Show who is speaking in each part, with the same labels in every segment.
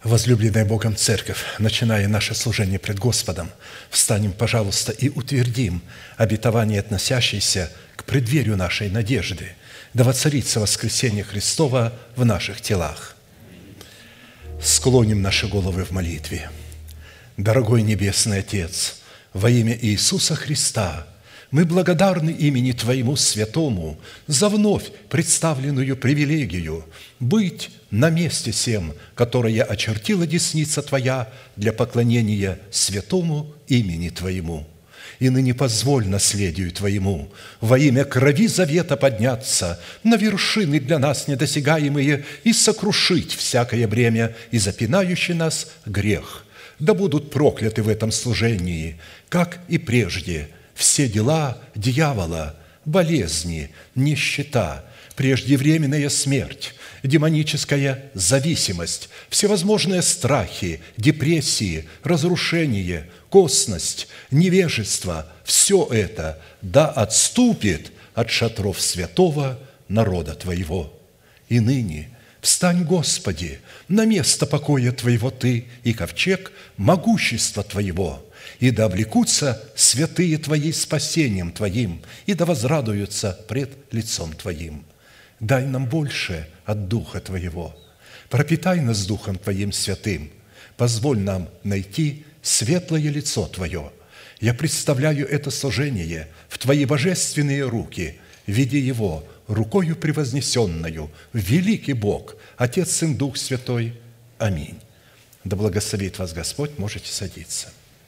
Speaker 1: Возлюбленная Богом Церковь, начиная наше служение пред Господом, встанем, пожалуйста, и утвердим обетование, относящееся к преддверию нашей надежды, да воцарится воскресение Христова в наших телах. Склоним наши головы в молитве. Дорогой Небесный Отец, во имя Иисуса Христа, мы благодарны имени Твоему Святому за вновь представленную привилегию быть на месте сем, которое очертила десница Твоя для поклонения святому имени Твоему. И ныне позволь наследию Твоему во имя крови завета подняться на вершины для нас недосягаемые и сокрушить всякое бремя и запинающий нас грех. Да будут прокляты в этом служении, как и прежде, все дела дьявола, болезни, нищета, преждевременная смерть, демоническая зависимость, всевозможные страхи, депрессии, разрушение, косность, невежество – все это да отступит от шатров святого народа Твоего. И ныне встань, Господи, на место покоя Твоего Ты и ковчег могущества Твоего, и да облекутся святые Твои спасением Твоим, и да возрадуются пред лицом Твоим. Дай нам больше от Духа Твоего, пропитай нас Духом Твоим святым, позволь нам найти светлое лицо Твое. Я представляю это служение в Твои божественные руки, веди его рукою превознесенную, великий Бог, Отец, Сын, Дух Святой. Аминь. Да благословит вас Господь, можете садиться.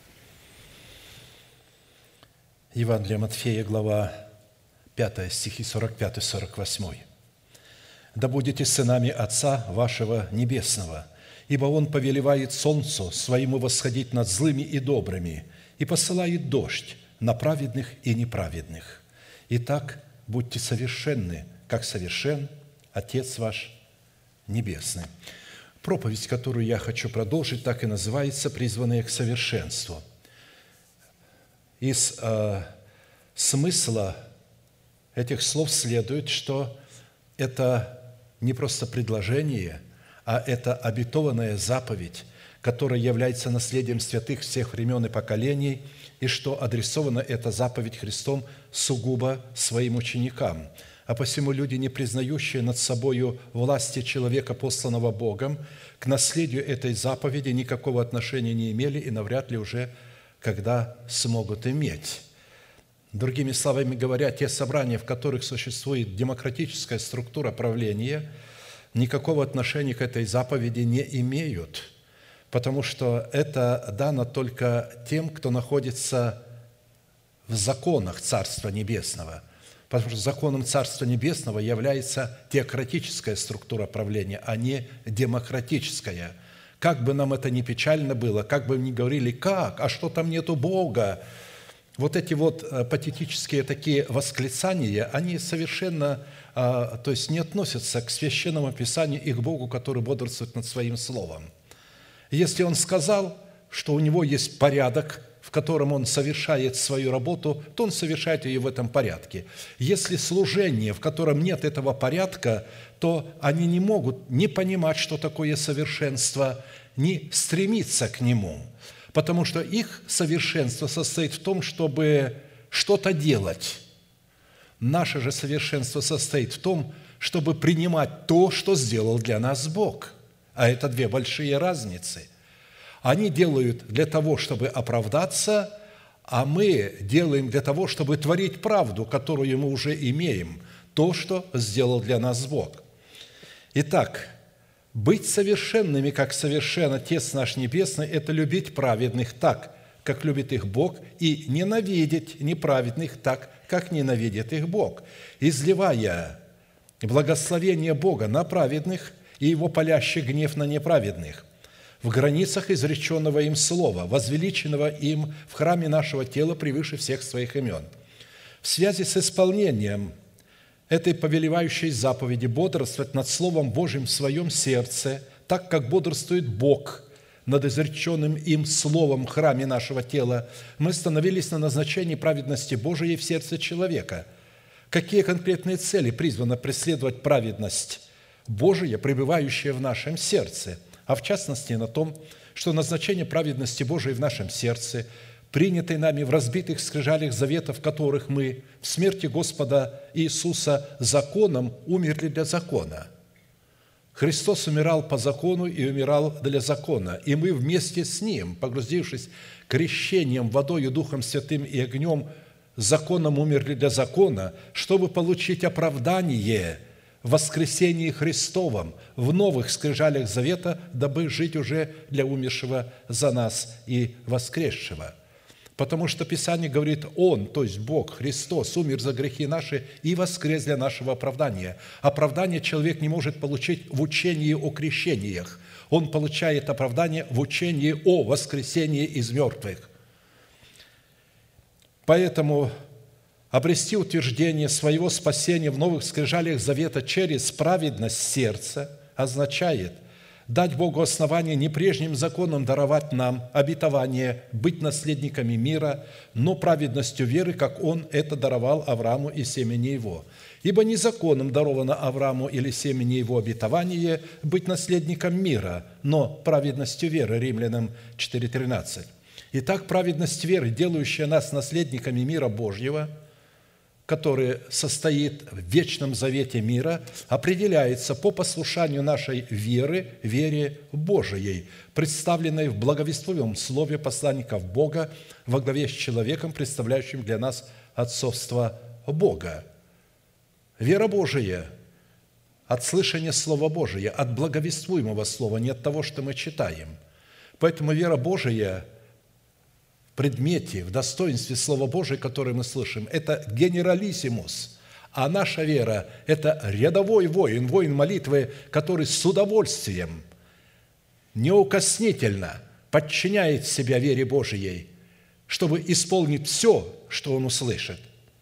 Speaker 1: Евангелие Матфея, глава 5, стихи 45-48. «Да будете сынами Отца вашего Небесного, ибо Он повелевает солнцу своему восходить над злыми и добрыми и посылает дождь на праведных и неправедных. Итак, будьте совершенны, как совершен Отец ваш Небесный». Проповедь, которую я хочу продолжить, так и называется «Призванные к совершенству». Из смысла этих слов следует, что это не просто предложение, а это обетованная заповедь, которая является наследием святых всех времен и поколений, и что адресована эта заповедь Христом сугубо своим ученикам. А посему люди, не признающие над собою власти человека, посланного Богом, к наследию этой заповеди никакого отношения не имели и навряд ли уже когда смогут иметь. Другими словами говоря, те собрания, в которых существует демократическая структура правления, никакого отношения к этой заповеди не имеют, потому что это дано только тем, кто находится в законах Царства Небесного, потому что законом Царства Небесного является теократическая структура правления, а не демократическая. Как бы нам это ни печально было, как бы ни говорили, как, а что там нету Бога, вот эти вот патетические такие восклицания, они совершенно, то есть не относятся к священному Писанию и к Богу, который бодрствует над Своим Словом. Если Он сказал, что у Него есть порядок, в котором Он совершает свою работу, то Он совершает ее в этом порядке. Если служение, в котором нет этого порядка, то они не могут не понимать, что такое совершенство, не стремиться к нему, потому что их совершенство состоит в том, чтобы что-то делать. Наше же совершенство состоит в том, чтобы принимать то, что сделал для нас Бог. А это две большие разницы. Они делают для того, чтобы оправдаться, а мы делаем для того, чтобы творить правду, которую мы уже имеем, то, что сделал для нас Бог. Итак, быть совершенными, как совершен Отец наш Небесный, это любить праведных так, как любит их Бог, и ненавидеть неправедных так, как ненавидит их Бог, изливая благословение Бога на праведных и Его палящий гнев на неправедных, в границах изреченного им слова, возвеличенного им в храме нашего тела превыше всех своих имен. В связи с исполнением этой повелевающей заповеди бодрствовать над Словом Божьим в своем сердце, так как бодрствует Бог над изреченным им Словом в храме нашего тела, мы становились на назначении праведности Божией в сердце человека. Какие конкретные цели призвана преследовать праведность Божия, пребывающая в нашем сердце? а в частности на том, что назначение праведности Божией в нашем сердце, принятой нами в разбитых скрижалях заветов, которых мы в смерти Господа Иисуса законом умерли для закона. Христос умирал по закону и умирал для закона, и мы вместе с Ним, погрузившись крещением, водою, Духом Святым и огнем, законом умерли для закона, чтобы получить оправдание в воскресении Христовом, в новых скрижалях завета, дабы жить уже для умершего за нас и воскресшего. Потому что Писание говорит, Он, то есть Бог, Христос, умер за грехи наши и воскрес для нашего оправдания. Оправдание человек не может получить в учении о крещениях. Он получает оправдание в учении о воскресении из мертвых. Поэтому обрести утверждение своего спасения в новых скрижалях завета через праведность сердца означает дать Богу основание не прежним законом даровать нам обетование быть наследниками мира, но праведностью веры, как Он это даровал Аврааму и семени его. Ибо не законом даровано Аврааму или семени его обетование быть наследником мира, но праведностью веры. Римлянам 4:13. Итак, праведность веры, делающая нас наследниками мира Божьего, который состоит в вечном завете мира, определяется по послушанию нашей веры, вере Божией, представленной в благовествуемом слове посланников Бога во главе с человеком, представляющим для нас отцовство Бога. Вера Божия от слышания Слова Божия, от благовествуемого Слова, не от того, что мы читаем. Поэтому вера Божия в предмете, в достоинстве Слова Божия, которое мы слышим, это генералиссимус, а наша вера – это рядовой воин, воин молитвы, который с удовольствием, неукоснительно подчиняет себя вере Божией, чтобы исполнить все, что он услышит.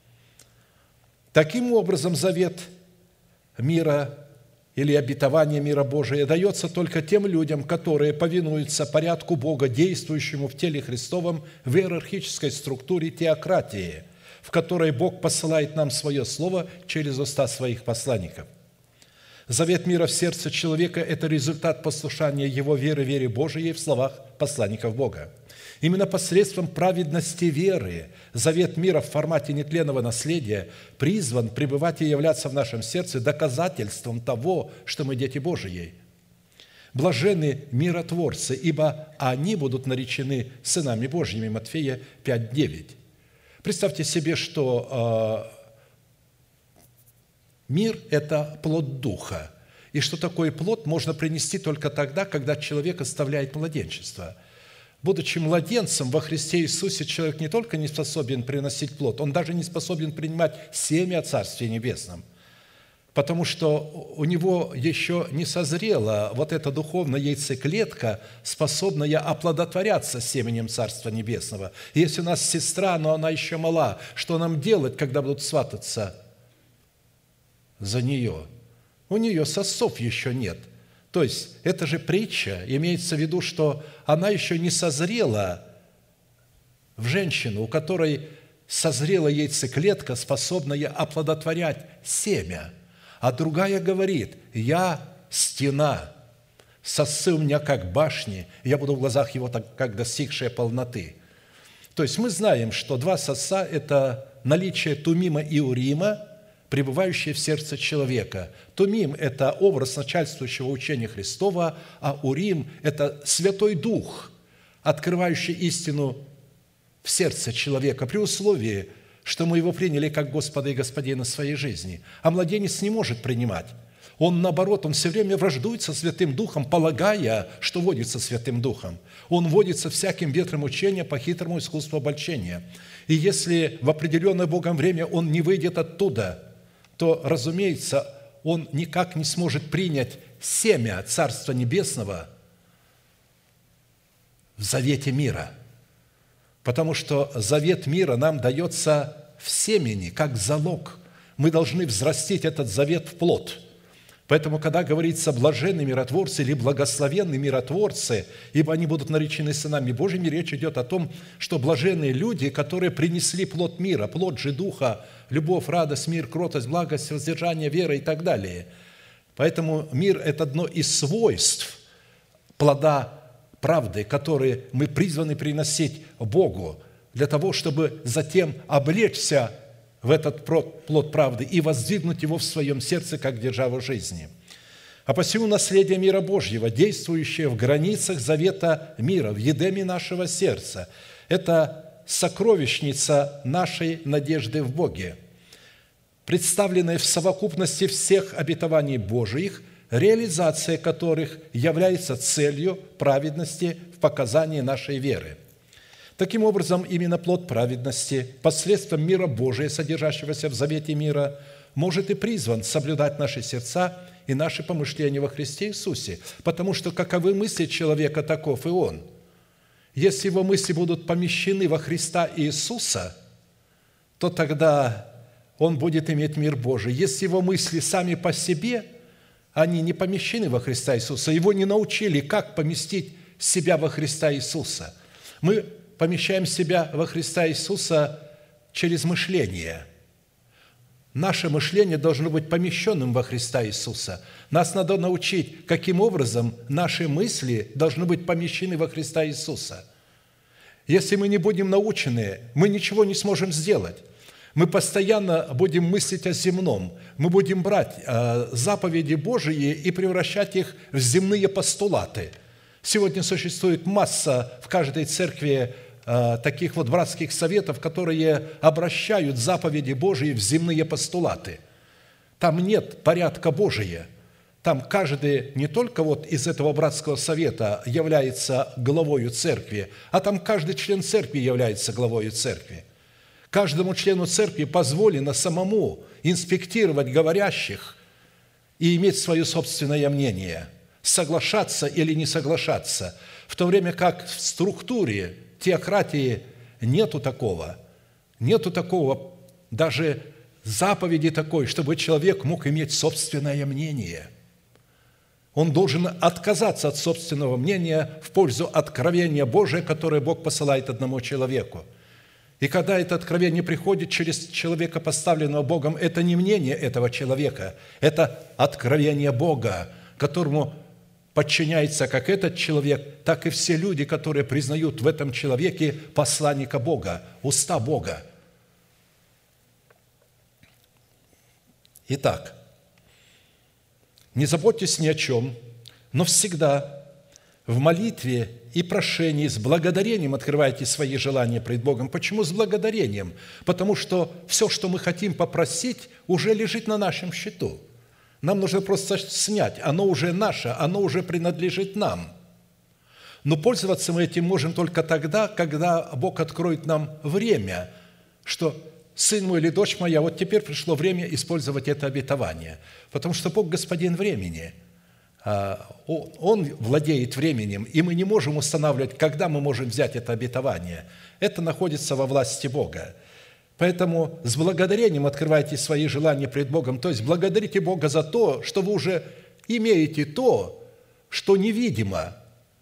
Speaker 1: Таким образом, завет мира или обетование мира Божия дается только тем людям, которые повинуются порядку Бога, действующему в теле Христовом в иерархической структуре теократии, в которой Бог посылает нам свое Слово через уста своих посланников. Завет мира в сердце человека – это результат послушания его вере Божией в словах посланников Бога. Именно посредством праведности веры завет мира в формате нетленного наследия призван пребывать и являться в нашем сердце доказательством того, что мы дети Божии. Блаженны миротворцы, ибо они будут наречены сынами Божьими. Матфея 5:9. Представьте себе, что мир – это плод Духа, и что такой плод можно принести только тогда, когда человек оставляет младенчество. Будучи младенцем во Христе Иисусе, человек не только не способен приносить плод, он даже не способен принимать семя о Царстве Небесном, потому что у него еще не созрела вот эта духовная яйцеклетка, способная оплодотворяться семенем Царства Небесного. И если у нас сестра, но она еще мала, что нам делать, когда будут свататься за нее? У нее сосов еще нет. То есть, это же притча, имеется в виду, что она еще не созрела в женщину, у которой созрела яйцеклетка, способная оплодотворять семя. А другая говорит, я стена, сосы у меня как башни, я буду в глазах его так, как достигшая полноты. То есть, мы знаем, что два соса – это наличие тумима и урима, пребывающее в сердце человека. Тумим – это образ начальствующего учения Христова, а урим – это Святой Дух, открывающий истину в сердце человека при условии, что мы его приняли как Господа и Господина своей жизни. А младенец не может принимать. Он, наоборот, он все время враждует со Святым Духом, полагая, что водится Святым Духом. Он водится всяким ветром учения по хитрому искусству обольщения. И если в определенное Богом время он не выйдет оттуда, то, разумеется, он никак не сможет принять семя Царства Небесного в завете мира. Потому что завет мира нам дается в семени, как залог. Мы должны взрастить этот завет в плод. Поэтому, когда говорится «блаженны миротворцы» или «благословенны миротворцы», ибо они будут наречены сынами Божьими, речь идет о том, что блаженные люди, которые принесли плод мира, плод же Духа, любовь, радость, мир, кротость, благость, воздержание, вера и так далее. Поэтому мир – это одно из свойств, плода правды, которые мы призваны приносить Богу, для того, чтобы затем облечься в этот плод правды и воздвигнуть его в своем сердце, как державу жизни. А посему наследие мира Божьего, действующее в границах завета мира, в едеме нашего сердца, это сокровищница нашей надежды в Боге, представленная в совокупности всех обетований Божиих, реализация которых является целью праведности в показании нашей веры. Таким образом, именно плод праведности посредством мира Божия, содержащегося в завете мира, может и призван соблюдать наши сердца и наши помышления во Христе Иисусе, потому что каковы мысли человека, таков и он. Если его мысли будут помещены во Христа Иисуса, то тогда он будет иметь мир Божий. Если его мысли сами по себе, они не помещены во Христа Иисуса, его не научили, как поместить себя во Христа Иисуса. Мы помещаем себя во Христа Иисуса через мышление. Наше мышление должно быть помещенным во Христа Иисуса. Нас надо научить, каким образом наши мысли должны быть помещены во Христа Иисуса. Если мы не будем научены, мы ничего не сможем сделать. Мы постоянно будем мыслить о земном. Мы будем брать заповеди Божии и превращать их в земные постулаты. Сегодня существует масса в каждой церкви таких вот братских советов, которые обращают заповеди Божии в земные постулаты. Там нет порядка Божия. Там каждый не только вот из этого братского совета является главою церкви, а там каждый член церкви является главою церкви. Каждому члену церкви позволено самому инспектировать говорящих и иметь свое собственное мнение, соглашаться или не соглашаться, в то время как в структуре теократии нету такого, даже заповеди такой, чтобы человек мог иметь собственное мнение. Он должен отказаться от собственного мнения в пользу откровения Божия, которое Бог посылает одному человеку. И когда это откровение приходит через человека, поставленного Богом, это не мнение этого человека, это откровение Бога, которому подчиняется как этот человек, так и все люди, которые признают в этом человеке посланника Бога, уста Бога. Итак, не заботьтесь ни о чем, но всегда в молитве и прошении с благодарением открывайте свои желания пред Богом. Почему с благодарением? Потому что все, что мы хотим попросить, уже лежит на нашем счету. Нам нужно просто снять. Оно уже наше, оно уже принадлежит нам. Но пользоваться мы этим можем только тогда, когда Бог откроет нам время, что «Сын мой или дочь моя, вот теперь пришло время использовать это обетование». Потому что Бог – Господин времени. Он владеет временем, и мы не можем устанавливать, когда мы можем взять это обетование. Это находится во власти Бога. Поэтому с благодарением открывайте свои желания пред Богом, то есть благодарите Бога за то, что вы уже имеете то, что невидимо,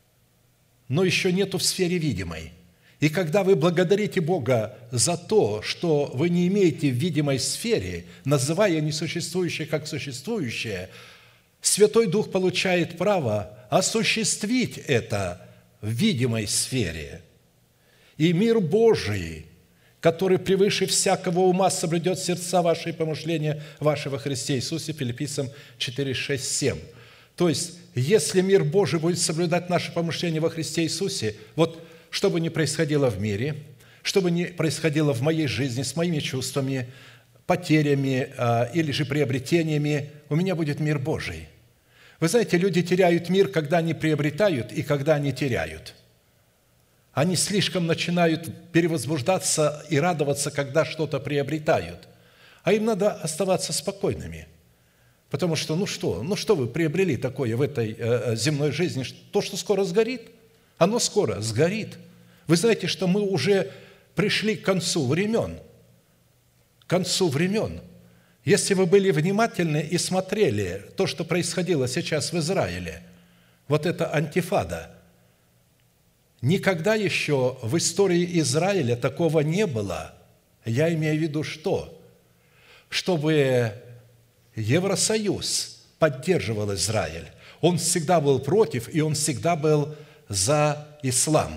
Speaker 1: но еще нету в сфере видимой. И когда вы благодарите Бога за то, что вы не имеете в видимой сфере, называя несуществующее как существующее, Святой Дух получает право осуществить это в видимой сфере. И мир Божий, который превыше всякого ума соблюдет сердца ваши и помышления ваши во Христе Иисусе, Филиппийцам 4, 6, 7. То есть, если мир Божий будет соблюдать наши помышления во Христе Иисусе, вот что бы ни происходило в мире, что бы ни происходило в моей жизни с моими чувствами, потерями или же приобретениями, у меня будет мир Божий. Вы знаете, люди теряют мир, когда они приобретают и когда они теряют. Они слишком начинают перевозбуждаться и радоваться, когда что-то приобретают. А им надо оставаться спокойными. Потому что, что вы приобрели такое в этой земной жизни? То, что скоро сгорит, оно скоро сгорит. Вы знаете, что мы уже пришли к концу времен. К концу времен. Если вы были внимательны и смотрели то, что происходило сейчас в Израиле, вот это антифада, никогда еще в истории Израиля такого не было. Я имею в виду что? Чтобы Евросоюз поддерживал Израиль. Он всегда был против, и он всегда был за ислам.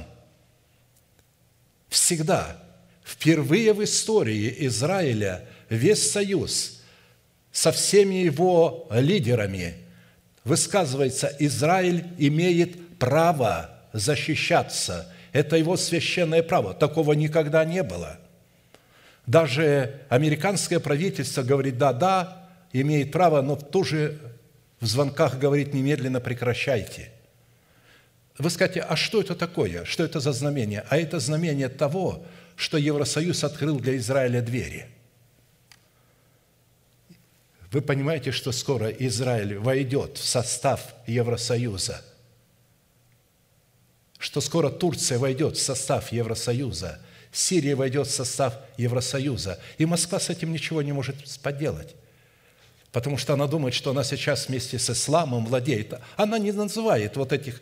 Speaker 1: Всегда. Впервые в истории Израиля весь союз со всеми его лидерами высказывается: Израиль имеет право защищаться. Это его священное право. Такого никогда не было. Даже американское правительство говорит: да, имеет право, но тоже в звонках говорит: немедленно прекращайте. Вы скажете: а что это такое? Что это за знамение? А это знамение того, что Евросоюз открыл для Израиля двери. Вы понимаете, что скоро Израиль войдет в состав Евросоюза, что скоро Турция войдет в состав Евросоюза, Сирия войдет в состав Евросоюза, и Москва с этим ничего не может поделать, потому что она думает, что она сейчас вместе с исламом владеет. Она не называет вот этих,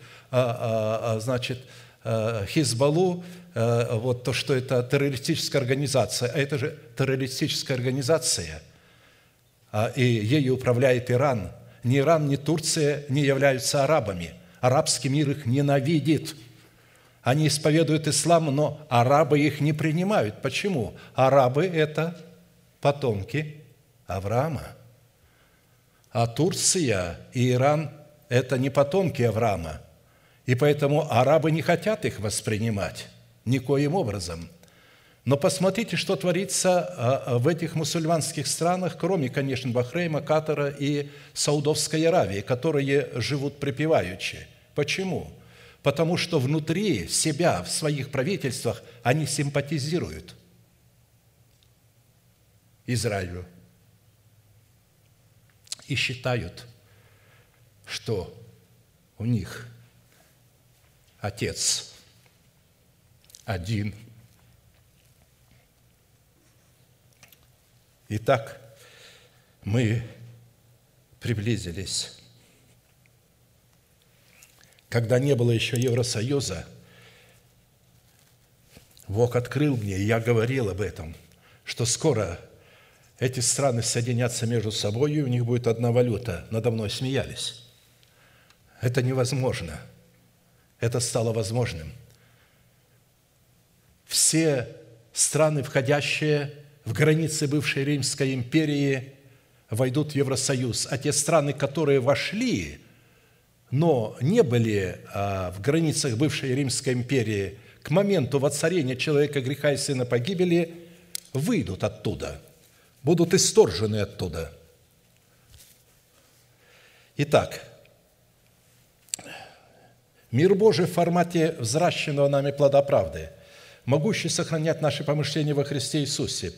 Speaker 1: Хизбаллу, вот то, что это террористическая организация, а это же террористическая организация, и ею управляет Иран. Ни Иран, ни Турция не являются арабами. Арабский мир их ненавидит. Они исповедуют ислам, но арабы их не принимают. Почему? Арабы – это потомки Авраама. А Турция и Иран – это не потомки Авраама. И поэтому арабы не хотят их воспринимать никоим образом. Но посмотрите, что творится в этих мусульманских странах, кроме, конечно, Бахрейна, Катара и Саудовской Аравии, которые живут припеваючи. Почему? Потому что внутри себя, в своих правительствах, они симпатизируют Израилю и считают, что у них Отец один. Итак, мы приблизились. Когда не было еще Евросоюза, Бог открыл мне, и я говорил об этом, что скоро эти страны соединятся между собой, и у них будет одна валюта. Надо мной смеялись. Это невозможно. Это стало возможным. Все страны, входящие в границы бывшей Римской империи, войдут в Евросоюз. А те страны, которые вошли, но не были в границах бывшей Римской империи, к моменту воцарения человека греха и сына погибели, выйдут оттуда, будут исторжены оттуда. Итак, мир Божий в формате взращенного нами плода правды, могущий сохранять наши помышления во Христе Иисусе.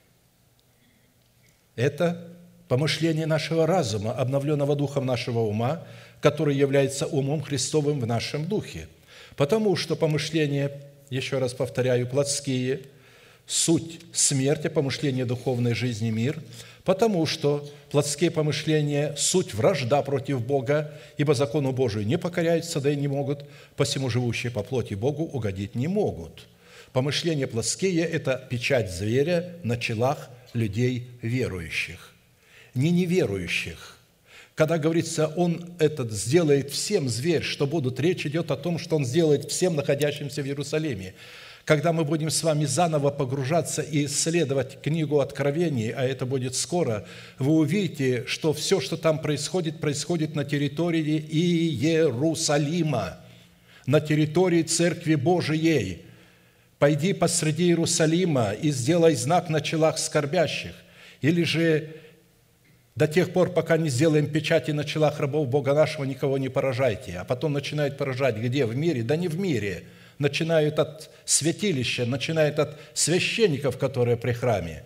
Speaker 1: Это помышление нашего разума, обновленного духом нашего ума, который является умом Христовым в нашем духе. Потому что помышления, еще раз повторяю, плотские, суть смерть, а помышления духовной жизни мир, потому что плотские помышления – суть вражда против Бога, ибо закону Божию не покоряются, да и не могут, посему живущие по плоти Богу угодить не могут. Помышления плотские – это печать зверя на челах людей верующих, не неверующих. Когда говорится, он этот сделает всем зверь, что будут, речь идет о том, что он сделает всем находящимся в Иерусалиме. Когда мы будем с вами заново погружаться и исследовать книгу Откровений, а это будет скоро, вы увидите, что все, что там происходит, происходит на территории Иерусалима, на территории Церкви Божией. «Пойди посреди Иерусалима и сделай знак на челах скорбящих». Или же «До тех пор, пока не сделаем печати на челах рабов Бога нашего, никого не поражайте». А потом начинают поражать где? В мире? Да не в мире. Начинают от святилища, начинают от священников, которые при храме.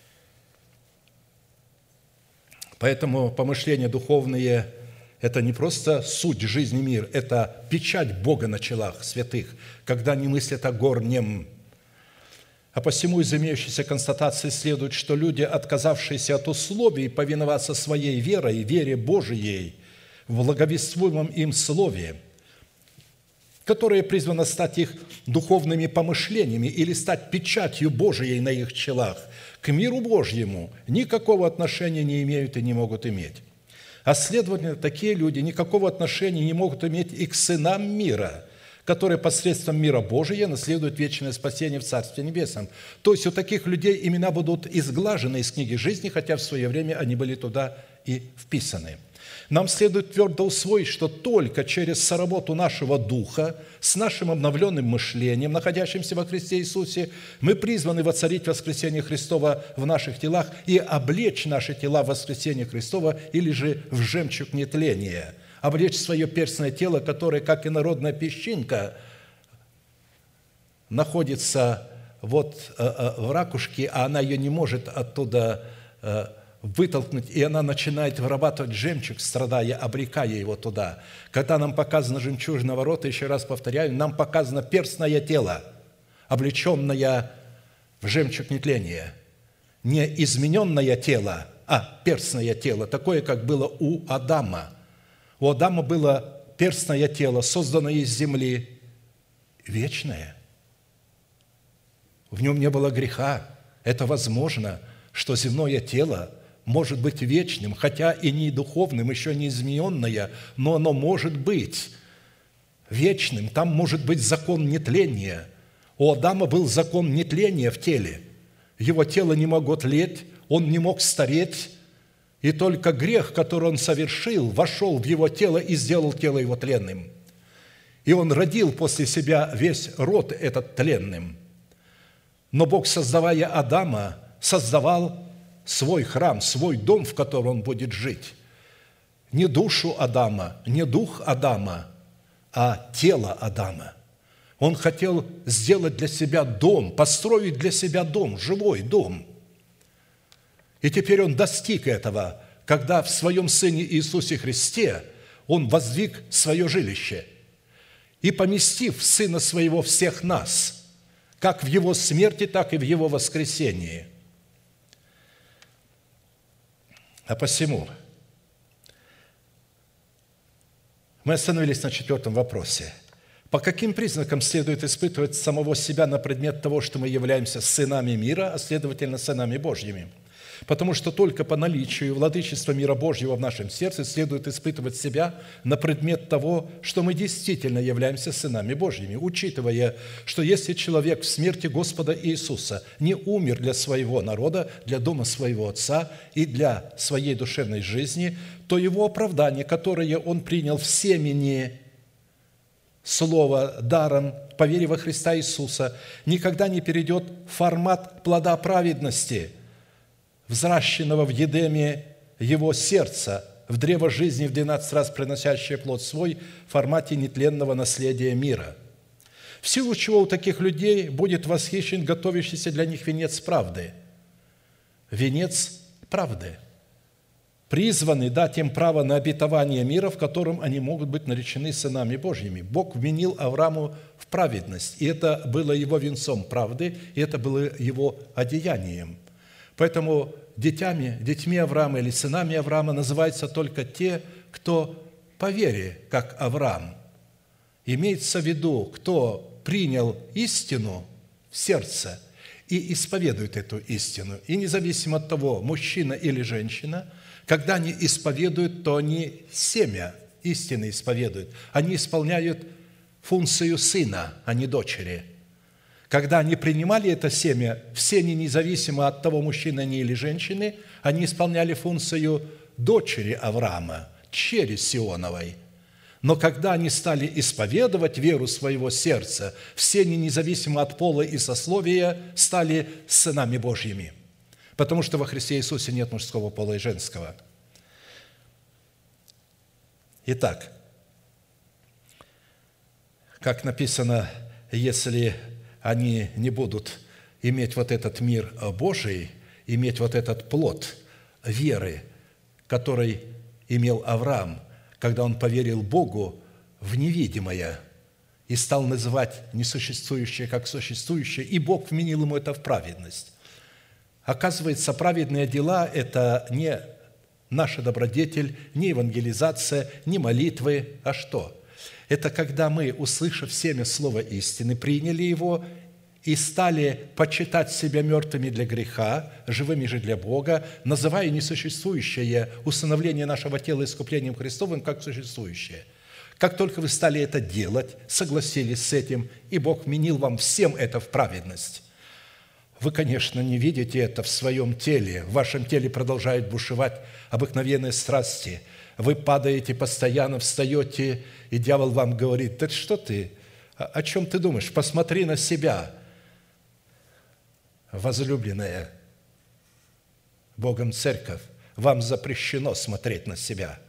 Speaker 1: Поэтому помышления духовные – это не просто суть жизни мира, это печать Бога на челах святых, когда они мыслят о горнем. А посему из имеющейся констатации следует, что люди, отказавшиеся от условий повиноваться своей верой, вере Божией, в благовествуемом им слове, которое призвано стать их духовными помышлениями или стать печатью Божией на их челах, к миру Божьему никакого отношения не имеют и не могут иметь. А следовательно, такие люди никакого отношения не могут иметь и к сынам мира, которые посредством мира Божия наследуют вечное спасение в Царстве Небесном. То есть у таких людей имена будут изглажены из книги жизни, хотя в свое время они были туда и вписаны. Нам следует твердо усвоить, что только через соработу нашего духа, с нашим обновленным мышлением, находящимся во Христе Иисусе, мы призваны воцарить воскресение Христова в наших телах и облечь наши тела в воскресение Христова или же в жемчуг нетления, облечь свое перстное тело, которое, как инородная песчинка, находится в ракушке, а она ее не может оттуда вытолкнуть, и она начинает вырабатывать жемчуг, страдая, обрекая его туда. Когда нам показано жемчужина ворота, еще раз повторяю, нам показано перстное тело, облеченное в жемчуг нетления. Не измененное тело, а перстное тело, такое, как было у Адама. У Адама было перстное тело, созданное из земли, вечное. В нем не было греха. Это возможно, что земное тело может быть вечным, хотя и не духовным, еще не измененное, но оно может быть вечным. Там может быть закон нетления. У Адама был закон нетления в теле. Его тело не могло тлеть, он не мог стареть, и только грех, который он совершил, вошел в его тело и сделал тело его тленным. И он родил после себя весь род этот тленным. Но Бог, создавая Адама, создавал свой храм, свой дом, в котором он будет жить. Не душу Адама, не дух Адама, а тело Адама. Он хотел сделать для себя дом, построить для себя дом, живой дом. И теперь он достиг этого, когда в своем Сыне Иисусе Христе он воздвиг свое жилище и, поместив Сына Своего всех нас, как в Его смерти, так и в Его воскресении. А посему мы остановились на 4 вопросе. По каким признакам следует испытывать самого себя на предмет того, что мы являемся сынами мира, а следовательно, сынами Божьими? Потому что только по наличию владычества мира Божьего в нашем сердце следует испытывать себя на предмет того, что мы действительно являемся сынами Божьими, учитывая, что если человек в смерти Господа Иисуса не умер для своего народа, для дома своего Отца и для своей душевной жизни, то его оправдание, которое он принял в семени Слова даром, по вере во Христа Иисуса, никогда не перейдет в формат плода праведности, взращенного в едеме его сердца, в древо жизни в 12 раз приносящее плод свой в формате нетленного наследия мира. В силу чего у таких людей будет восхищен готовящийся для них венец правды. Венец правды. Призваны дать им право на обетование мира, в котором они могут быть наречены сынами Божьими. Бог вменил Аврааму в праведность, и это было его венцом правды, и это было его одеянием. Поэтому детьми Авраама или сынами Авраама называются только те, кто по вере, как Авраам. Имеется в виду, кто принял истину в сердце и исповедует эту истину. И независимо от того, мужчина или женщина, когда они исповедуют, то они семя истины исповедуют. Они исполняют функцию сына, а не дочери. Когда они принимали это семя, все независимо от того, мужчины они или женщины, они исполняли функцию дочери Авраама, через Сионовой. Но когда они стали исповедовать веру своего сердца, все независимо от пола и сословия стали сынами Божьими, потому что во Христе Иисусе нет мужского пола и женского. Итак, как написано, если они не будут иметь вот этот мир Божий, иметь вот этот плод веры, который имел Авраам, когда он поверил Богу в невидимое и стал называть несуществующее как существующее, и Бог вменил ему это в праведность. Оказывается, праведные дела – это не наша добродетель, не евангелизация, не молитвы, а что? Это когда мы, услышав семя слова истины, приняли его и стали почитать себя мертвыми для греха, живыми же для Бога, называя несуществующее усыновление нашего тела искуплением Христовым как существующее. Как только вы стали это делать, согласились с этим, и Бог вменил вам всем это в праведность. Вы, конечно, не видите это в своем теле. В вашем теле продолжают бушевать обыкновенные страсти. Вы падаете постоянно, встаете, и дьявол вам говорит: «Да что ты? О чем ты думаешь? Посмотри на себя». Возлюбленная Богом церковь, вам запрещено смотреть на себя.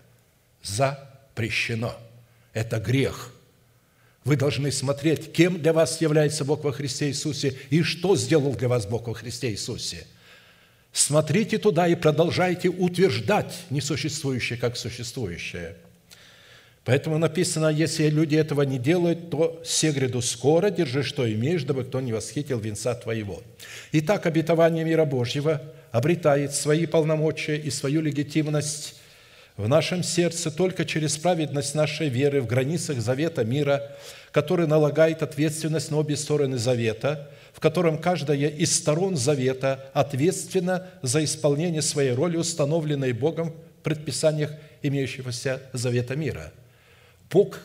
Speaker 1: Запрещено. Это грех. Вы должны смотреть, кем для вас является Бог во Христе Иисусе и что сделал для вас Бог во Христе Иисусе. Смотрите туда и продолжайте утверждать несуществующее как существующее. Поэтому написано: если люди этого не делают, то се гряду скоро, держи, что имеешь, дабы кто не восхитил венца твоего. Итак, обетование мира Божьего обретает свои полномочия и свою легитимность в нашем сердце только через праведность нашей веры в границах завета мира, который налагает ответственность на обе стороны завета, в котором каждая из сторон завета ответственна за исполнение своей роли, установленной Богом в предписаниях имеющегося завета мира. Бог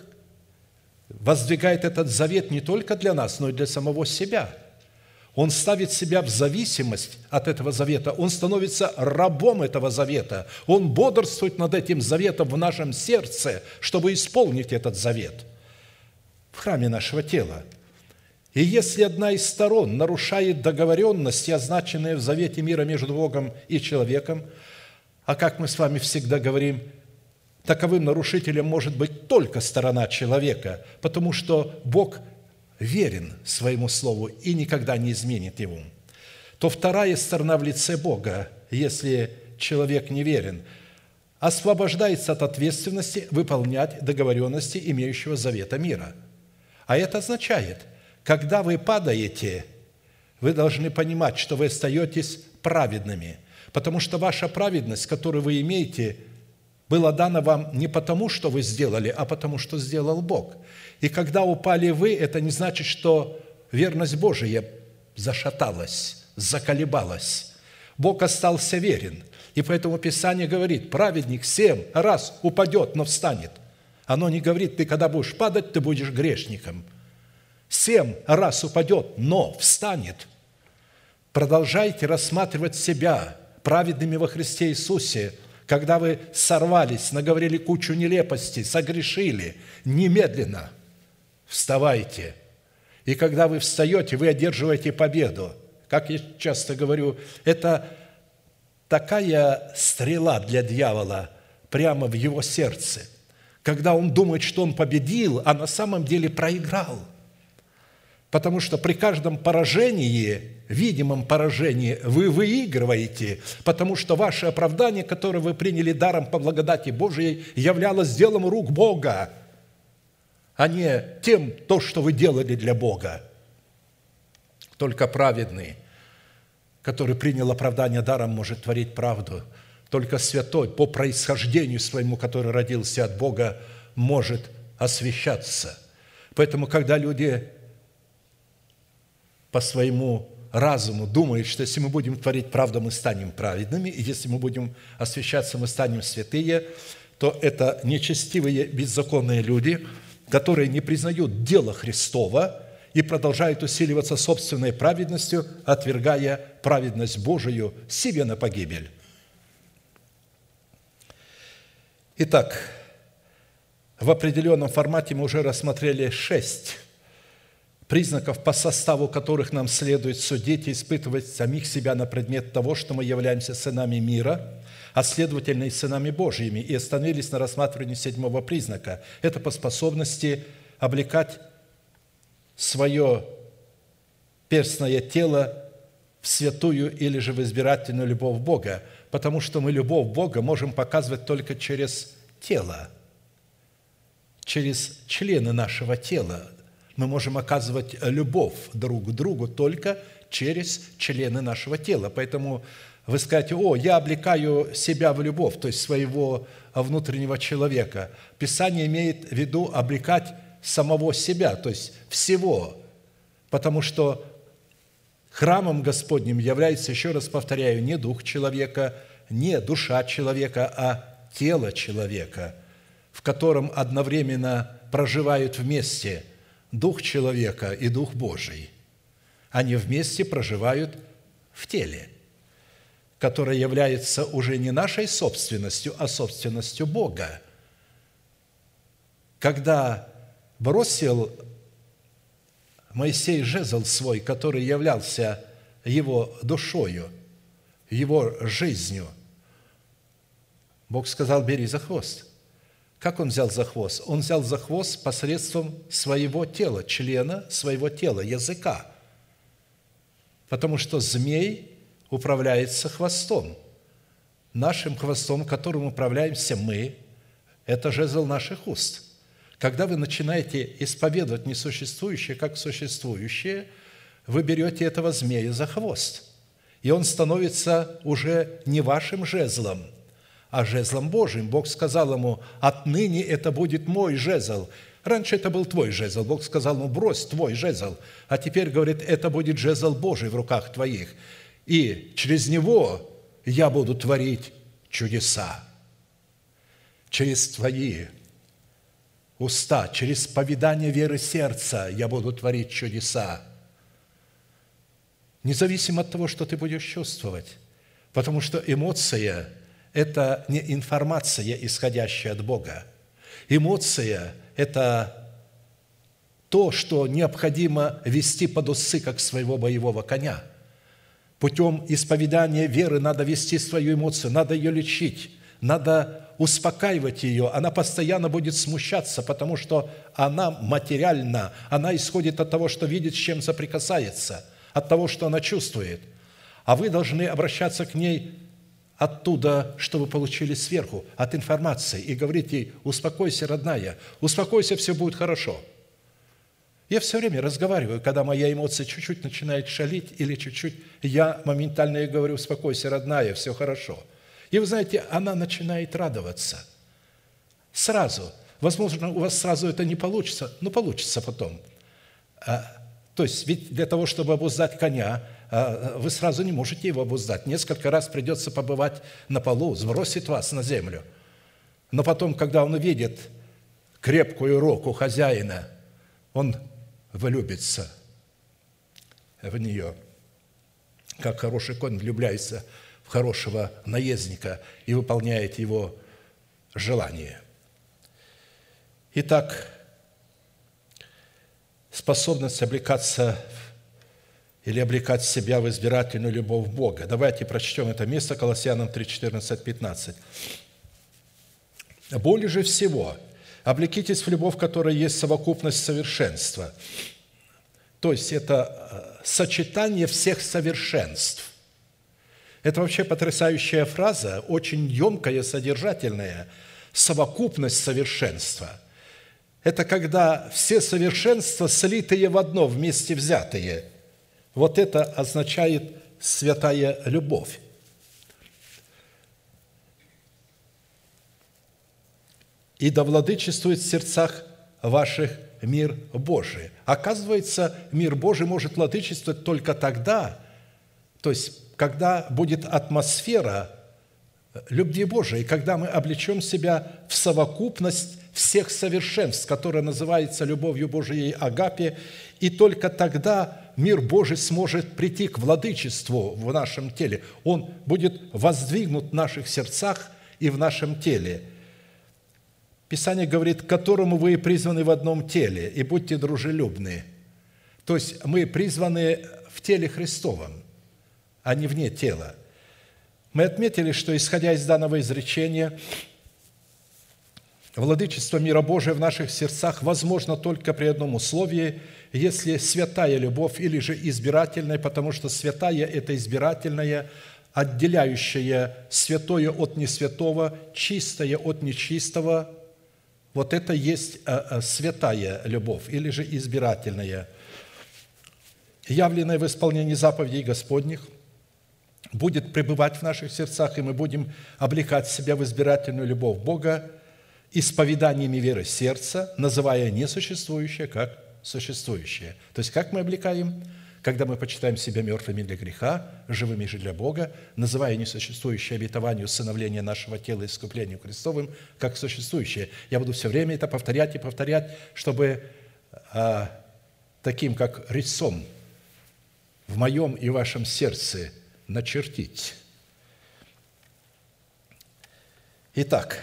Speaker 1: воздвигает этот завет не только для нас, но и для самого себя. Он ставит себя в зависимость от этого завета. Он становится рабом этого завета. Он бодрствует над этим заветом в нашем сердце, чтобы исполнить этот завет в храме нашего тела. И если одна из сторон нарушает договоренности, означенные в завете мира между Богом и человеком, а как мы с вами всегда говорим, таковым нарушителем может быть только сторона человека, потому что Бог верен своему слову и никогда не изменит его, то вторая сторона в лице Бога, если человек не верен, освобождается от ответственности выполнять договоренности имеющего завета мира. А это означает, когда вы падаете, вы должны понимать, что вы остаетесь праведными, потому что ваша праведность, которую вы имеете, была дана вам не потому, что вы сделали, а потому, что сделал Бог. И когда упали вы, это не значит, что верность Божия зашаталась, заколебалась. Бог остался верен. И поэтому Писание говорит: праведник 7 раз упадет, но встанет. Оно не говорит: ты когда будешь падать, ты будешь грешником. 7 раз упадет, но встанет. Продолжайте рассматривать себя праведными во Христе Иисусе. Когда вы сорвались, наговорили кучу нелепостей, согрешили, немедленно вставайте. И когда вы встаете, вы одерживаете победу. Как я часто говорю, это такая стрела для дьявола прямо в его сердце, когда он думает, что он победил, а на самом деле проиграл. Потому что при каждом поражении, видимом поражении, вы выигрываете, потому что ваше оправдание, которое вы приняли даром по благодати Божией, являлось делом рук Бога, а не тем, то, что вы делали для Бога. Только праведный, который принял оправдание даром, может творить правду. Только святой, по происхождению своему, который родился от Бога, может освящаться. Поэтому, когда люди по своему разуму думают, что если мы будем творить правду, мы станем праведными, и если мы будем освящаться, мы станем святые, то это нечестивые, беззаконные люди, которые не признают дело Христова и продолжают усиливаться собственной праведностью, отвергая праведность Божию себе на погибель. Итак, в определенном формате мы уже рассмотрели 6 признаков, по составу которых нам следует судить и испытывать самих себя на предмет того, что мы являемся сынами мира, а следовательно и сынами Божьими, и остановились на рассматривании 7-го признака. Это по способности облекать свое перстное тело в святую или же в избирательную любовь Бога, потому что мы любовь Бога можем показывать только через тело, через члены нашего тела. Мы можем оказывать любовь друг к другу только через члены нашего тела. Поэтому вы скажете: «О, я облекаю себя в любовь», то есть своего внутреннего человека. Писание имеет в виду облекать самого себя, то есть всего, потому что Храмом Господним является, еще раз повторяю, не дух человека, не душа человека, а тело человека, в котором одновременно проживают вместе дух человека и дух Божий. Они вместе проживают в теле, которое является уже не нашей собственностью, а собственностью Бога. Когда бросил Моисей жезл свой, который являлся его душою, его жизнью, Бог сказал: бери за хвост. Как он взял за хвост? Он взял за хвост посредством своего тела, члена своего тела, языка. Потому что змей управляется хвостом. Нашим хвостом, которым управляемся мы, это жезл наших уст. Когда вы начинаете исповедовать несуществующее как существующее, вы берете этого змея за хвост. И он становится уже не вашим жезлом, а жезлом Божьим. Бог сказал ему: отныне это будет мой жезл. Раньше это был твой жезл. Бог сказал ему: брось твой жезл. А теперь, говорит, это будет жезл Божий в руках твоих. И через него я буду творить чудеса. Через твои уста, через повидание веры сердца я буду творить чудеса. Независимо от того, что ты будешь чувствовать. Потому что эмоция – это не информация, исходящая от Бога. Эмоция – это то, что необходимо вести под усы, как своего боевого коня. Путем исповедания веры надо вести свою эмоцию, надо ее лечить, надо успокаивать ее. Она постоянно будет смущаться, потому что она материальна, она исходит от того, что видит, с чем соприкасается, от того, что она чувствует. А вы должны обращаться к ней оттуда, что вы получили сверху, от информации, и говорить ей: успокойся, родная, успокойся, все будет хорошо. Я все время разговариваю, когда моя эмоция чуть-чуть начинает шалить или чуть-чуть, я моментально ей говорю: успокойся, родная, все хорошо. И вы знаете, она начинает радоваться. Сразу. Возможно, у вас сразу это не получится, но получится потом. То есть, ведь для того, чтобы обуздать коня, вы сразу не можете его обуздать. Несколько раз придется побывать на полу, сбросит вас на землю. Но потом, когда он увидит крепкую руку хозяина, он влюбится в нее. Как хороший конь влюбляется в хорошего наездника и выполняет его желание. Итак, способность облекаться или облекать себя в избирательную любовь Бога. Давайте прочтем это место, Колоссянам 3, 14, 15. «Более же всего облекитесь в любовь, которая есть совокупность совершенства». То есть это сочетание всех совершенств. Это вообще потрясающая фраза, очень емкая, содержательная. Совокупность совершенства. Это когда все совершенства слитые в одно, вместе взятые. Вот это означает святая любовь. «И да владычествует в сердцах ваших мир Божий». Оказывается, мир Божий может владычествовать только тогда, то есть когда будет атмосфера любви Божией, когда мы облечем себя в совокупность всех совершенств, которая называется любовью Божией агапе, и только тогда мир Божий сможет прийти к владычеству в нашем теле. Он будет воздвигнут в наших сердцах и в нашем теле. Писание говорит: к которому вы призваны в одном теле, и будьте дружелюбны. То есть мы призваны в теле Христовом, а не вне тела. Мы отметили, что, исходя из данного изречения, владычество мира Божия в наших сердцах возможно только при одном условии, если святая любовь или же избирательная, потому что святая – это избирательная, отделяющая святое от несвятого, чистое от нечистого. Вот это есть святая любовь или же избирательная, явленная в исполнении заповедей Господних, будет пребывать в наших сердцах, и мы будем облекать себя в избирательную любовь Бога исповеданиями веры сердца, называя несуществующее как существующее. То есть, как мы облекаем? когда мы почитаем себя мертвыми для греха, живыми же для Бога, называя несуществующее обетование усыновления нашего тела искуплением Христовым как существующее. Я буду все время это повторять и повторять, чтобы таким, как резцом, в моем и вашем сердце начертить. Итак,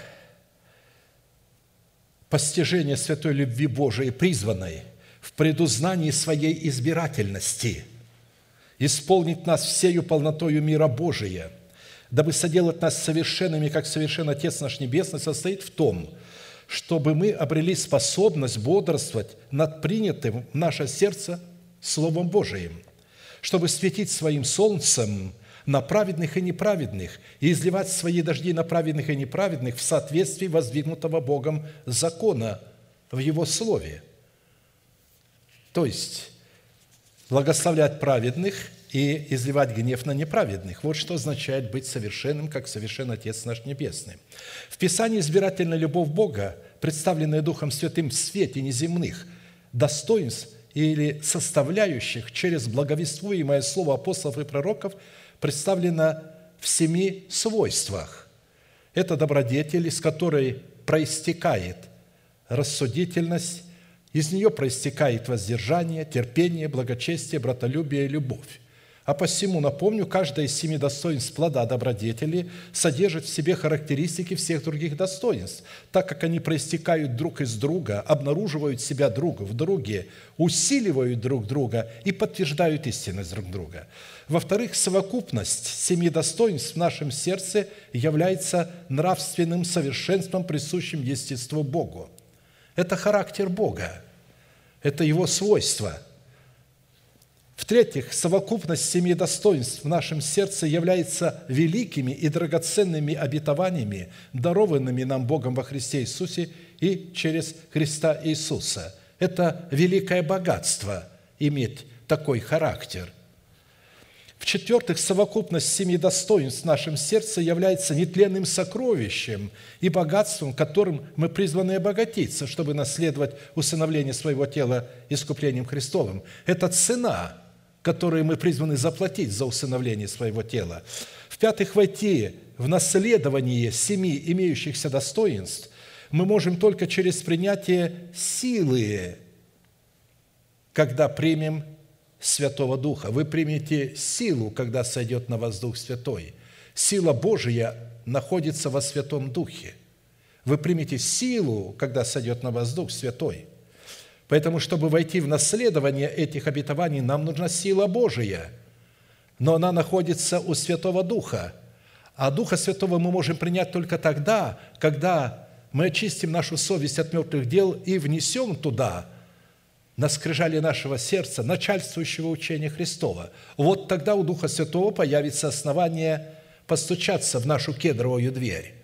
Speaker 1: постижение святой любви Божией, призванной в предузнании своей избирательности исполнить нас всею полнотою мира Божия, дабы соделать нас совершенными, как совершен Отец наш Небесный, состоит в том, чтобы мы обрели способность бодрствовать над принятым в наше сердце Словом Божиим, чтобы светить своим солнцем на праведных и неправедных и изливать свои дожди на праведных и неправедных в соответствии воздвигнутого Богом закона в Его Слове. То есть, благословлять праведных и изливать гнев на неправедных. Вот что означает быть совершенным, как совершен Отец наш Небесный. В Писании избирательная любовь Бога, представленная Духом Святым в свете неземных достоинств или составляющих через благовествуемое слово апостолов и пророков, представлена в 7 свойствах. Это добродетель, из которой проистекает рассудительность, из нее проистекает воздержание, терпение, благочестие, братолюбие и любовь. А посему, напомню, каждое из 7 достоинств плода добродетели содержит в себе характеристики всех других достоинств, так как они проистекают друг из друга, обнаруживают себя друг в друге, усиливают друг друга и подтверждают истинность друг друга. Во-вторых, совокупность 7 достоинств в нашем сердце является нравственным совершенством, присущим естеству Богу. Это характер Бога, это Его свойства. В-третьих, совокупность 7 достоинств в нашем сердце является великими и драгоценными обетованиями, дарованными нам Богом во Христе Иисусе и через Христа Иисуса. Это великое богатство иметь такой характер. В-четвертых, совокупность 7 достоинств в нашем сердце является нетленным сокровищем и богатством, которым мы призваны обогатиться, чтобы наследовать усыновление своего тела искуплением Христовым. Это цена, которую мы призваны заплатить за усыновление своего тела. В-пятых, войти в наследование 7 имеющихся достоинств мы можем только через принятие силы, когда примем Святого Духа. Вы примете силу, когда сойдет на вас Дух Святой. Сила Божия находится во Святом Духе. Вы примете силу, когда сойдет на вас Дух Святой. Поэтому, чтобы войти в наследование этих обетований, нам нужна сила Божия. Но она находится у Святого Духа. А Духа Святого мы можем принять только тогда, когда мы очистим нашу совесть от мертвых дел и внесем туда, на скрижали нашего сердца, начальствующего учения Христова. Вот тогда у Духа Святого появится основание постучаться в нашу кедровую дверь.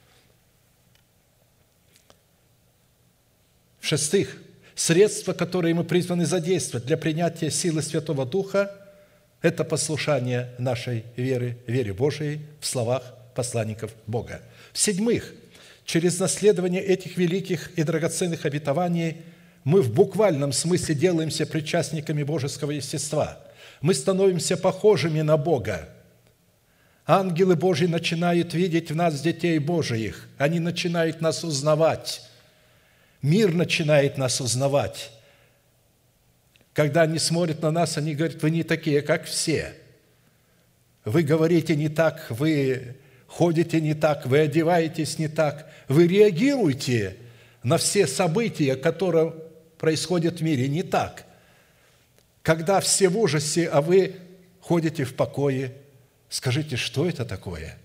Speaker 1: В-шестых, средства, которые мы призваны задействовать для принятия силы Святого Духа, это послушание нашей веры, вере Божией в словах посланников Бога. В-седьмых, через наследование этих великих и драгоценных обетований мы в буквальном смысле делаемся причастниками божеского естества. Мы становимся похожими на Бога. Ангелы Божьи начинают видеть в нас детей Божиих. Они начинают нас узнавать. Мир начинает нас узнавать. Когда они смотрят на нас, они говорят: вы не такие, как все. Вы говорите не так, вы ходите не так, вы одеваетесь не так. Вы реагируете на все события, которые происходят в мире, не так. Когда все в ужасе, а вы ходите в покое, скажите, что это такое?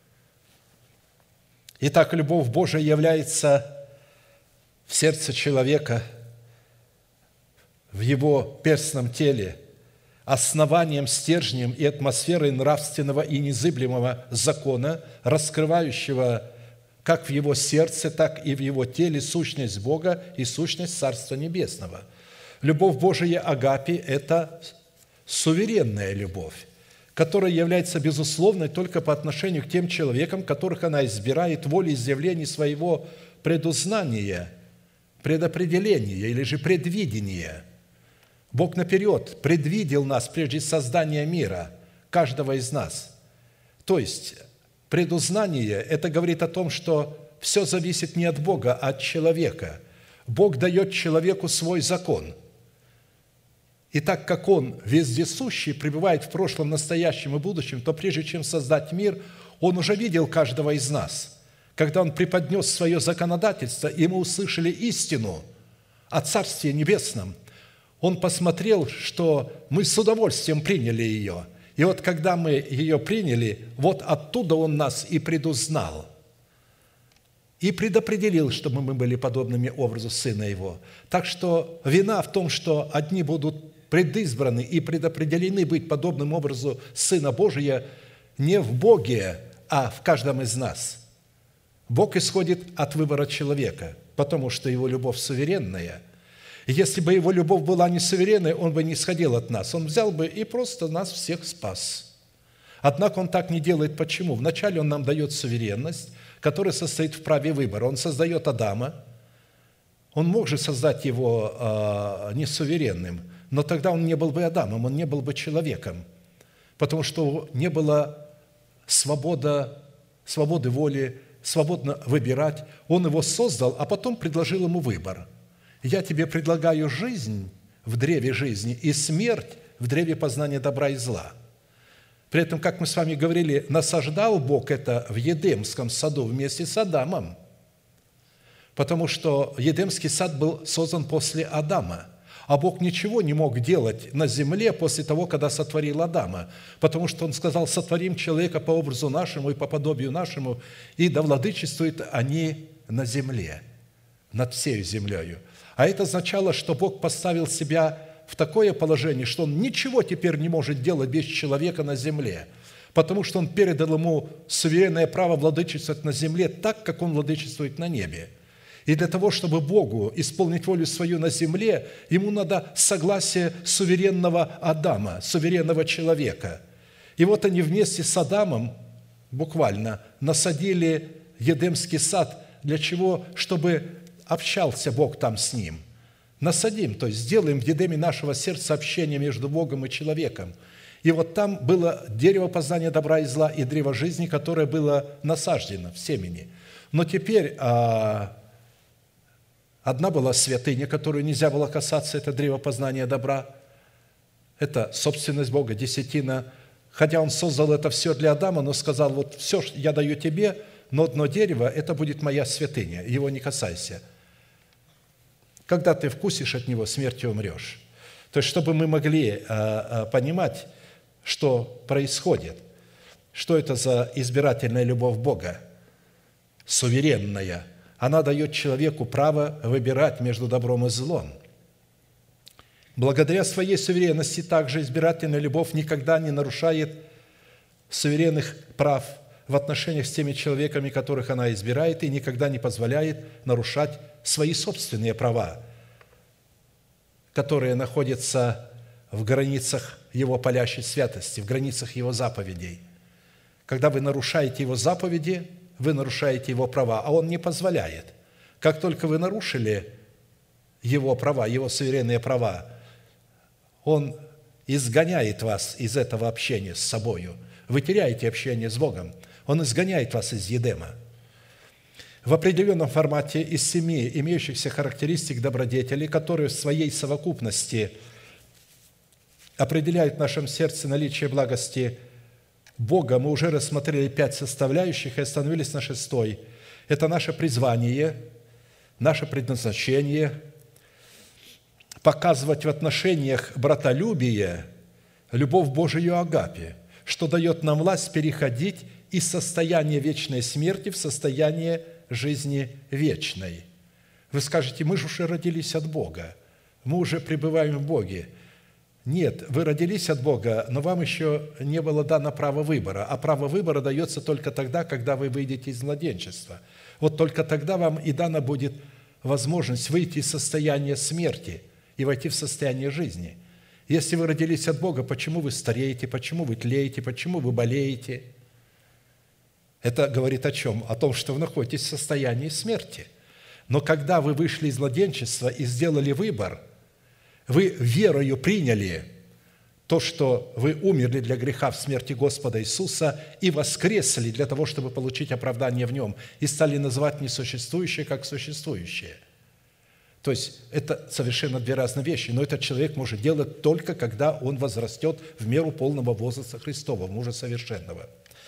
Speaker 1: Итак, любовь Божия является в сердце человека, в его перстном теле, основанием, стержнем и атмосферой нравственного и незыблемого закона, раскрывающего как в его сердце, так и в его теле сущность Бога и сущность Царства Небесного. Любовь Божия Агапи – это суверенная любовь, которая является безусловной только по отношению к тем человекам, которых она избирает волеизъявлений своего предузнания, предопределения или же предвидения. Бог наперед предвидел нас прежде создания мира, каждого из нас. То есть, предузнание – это говорит о том, что все зависит не от Бога, а от человека. Бог дает человеку свой закон. И так как Он вездесущий, пребывает в прошлом, настоящем и будущем, то прежде чем создать мир, Он уже видел каждого из нас. Когда Он преподнес свое законодательство, и мы услышали истину о Царстве Небесном, Он посмотрел, что мы с удовольствием приняли ее. И вот когда мы ее приняли, вот оттуда Он нас и предузнал, и предопределил, чтобы мы были подобными образу Сына Его. Так что вина в том, что одни будут предизбраны и предопределены быть подобным образу Сына Божия, не в Боге, а в каждом из нас. Бог исходит от выбора человека, потому что Его любовь суверенная. И если бы Его любовь была не суверенной, Он бы не исходил от нас. Он взял бы и просто нас всех спас. Однако Он так не делает. Почему? Вначале Он нам дает суверенность, которая состоит в праве выбора. Он создает Адама. Он мог же создать его несуверенным, но тогда он не был бы Адамом, он не был бы человеком, потому что не было свободы воли, свободно выбирать. Он его создал, а потом предложил ему выбор. «Я тебе предлагаю жизнь в древе жизни и смерть в древе познания добра и зла». При этом, как мы с вами говорили, насаждал Бог это в Едемском саду вместе с Адамом, потому что Едемский сад был создан после Адама, а Бог ничего не мог делать на земле после того, когда сотворил Адама, потому что Он сказал: «Сотворим человека по образу нашему и по подобию нашему, и да владычествуют они на земле, над всею землею». А это означало, что Бог поставил себя в такое положение, что Он ничего теперь не может делать без человека на земле, потому что Он передал ему суверенное право владычествовать на земле так, как Он владычествует на небе. И для того, чтобы Богу исполнить волю свою на земле, Ему надо согласие суверенного Адама, суверенного человека. И вот они вместе с Адамом буквально насадили Едемский сад. Для чего? Чтобы общался Бог там с ним. Насадим, то есть сделаем в Едеме нашего сердца общение между Богом и человеком. И вот там было дерево познания добра и зла и древо жизни, которое было насаждено в семени. Но теперь одна была святыня, которую нельзя было касаться, это древо познания добра. Это собственность Бога, десятина. Хотя Он создал это все для Адама, но сказал: вот все, что я даю тебе, но одно дерево – это будет моя святыня, его не касайся. Когда ты вкусишь от него, смертью умрешь. То есть, чтобы мы могли понимать, что происходит, что это за избирательная любовь Бога, суверенная. Она дает человеку право выбирать между добром и злом. Благодаря своей суверенности также избирательная любовь никогда не нарушает суверенных прав в отношениях с теми человеками, которых она избирает, и никогда не позволяет нарушать свои собственные права, которые находятся в границах Его палящей святости, в границах Его заповедей. Когда вы нарушаете Его заповеди, вы нарушаете Его права, а Он не позволяет. Как только вы нарушили Его права, Его суверенные права, Он изгоняет вас из этого общения с собою. Вы теряете общение с Богом. Он изгоняет вас из Едема. В определенном формате из 7 имеющихся характеристик добродетели, которые в своей совокупности определяют в нашем сердце наличие благости Бога, мы уже рассмотрели 5 составляющих и остановились на 6. Это наше призвание, наше предназначение, показывать в отношениях братолюбие, любовь Божию агапе, что дает нам власть переходить из состояния вечной смерти в состояние жизни вечной. Вы скажете: мы же уже родились от Бога, мы уже пребываем в Боге. Нет, вы родились от Бога, но вам еще не было дано право выбора, а право выбора дается только тогда, когда вы выйдете из младенчества. Вот только тогда вам и дана будет возможность выйти из состояния смерти и войти в состояние жизни. Если вы родились от Бога, почему вы стареете, почему вы тлеете, почему вы болеете? Это говорит о чем? О том, что вы находитесь в состоянии смерти. Но когда вы вышли из младенчества и сделали выбор, Вы верою приняли то, что вы умерли для греха в смерти Господа Иисуса и воскресли для того, чтобы получить оправдание в Нем, и стали называть несуществующее как существующее. То есть это совершенно две разные вещи, но этот человек может делать только, когда он возрастет в меру полного возраста Христова, мужа совершенного.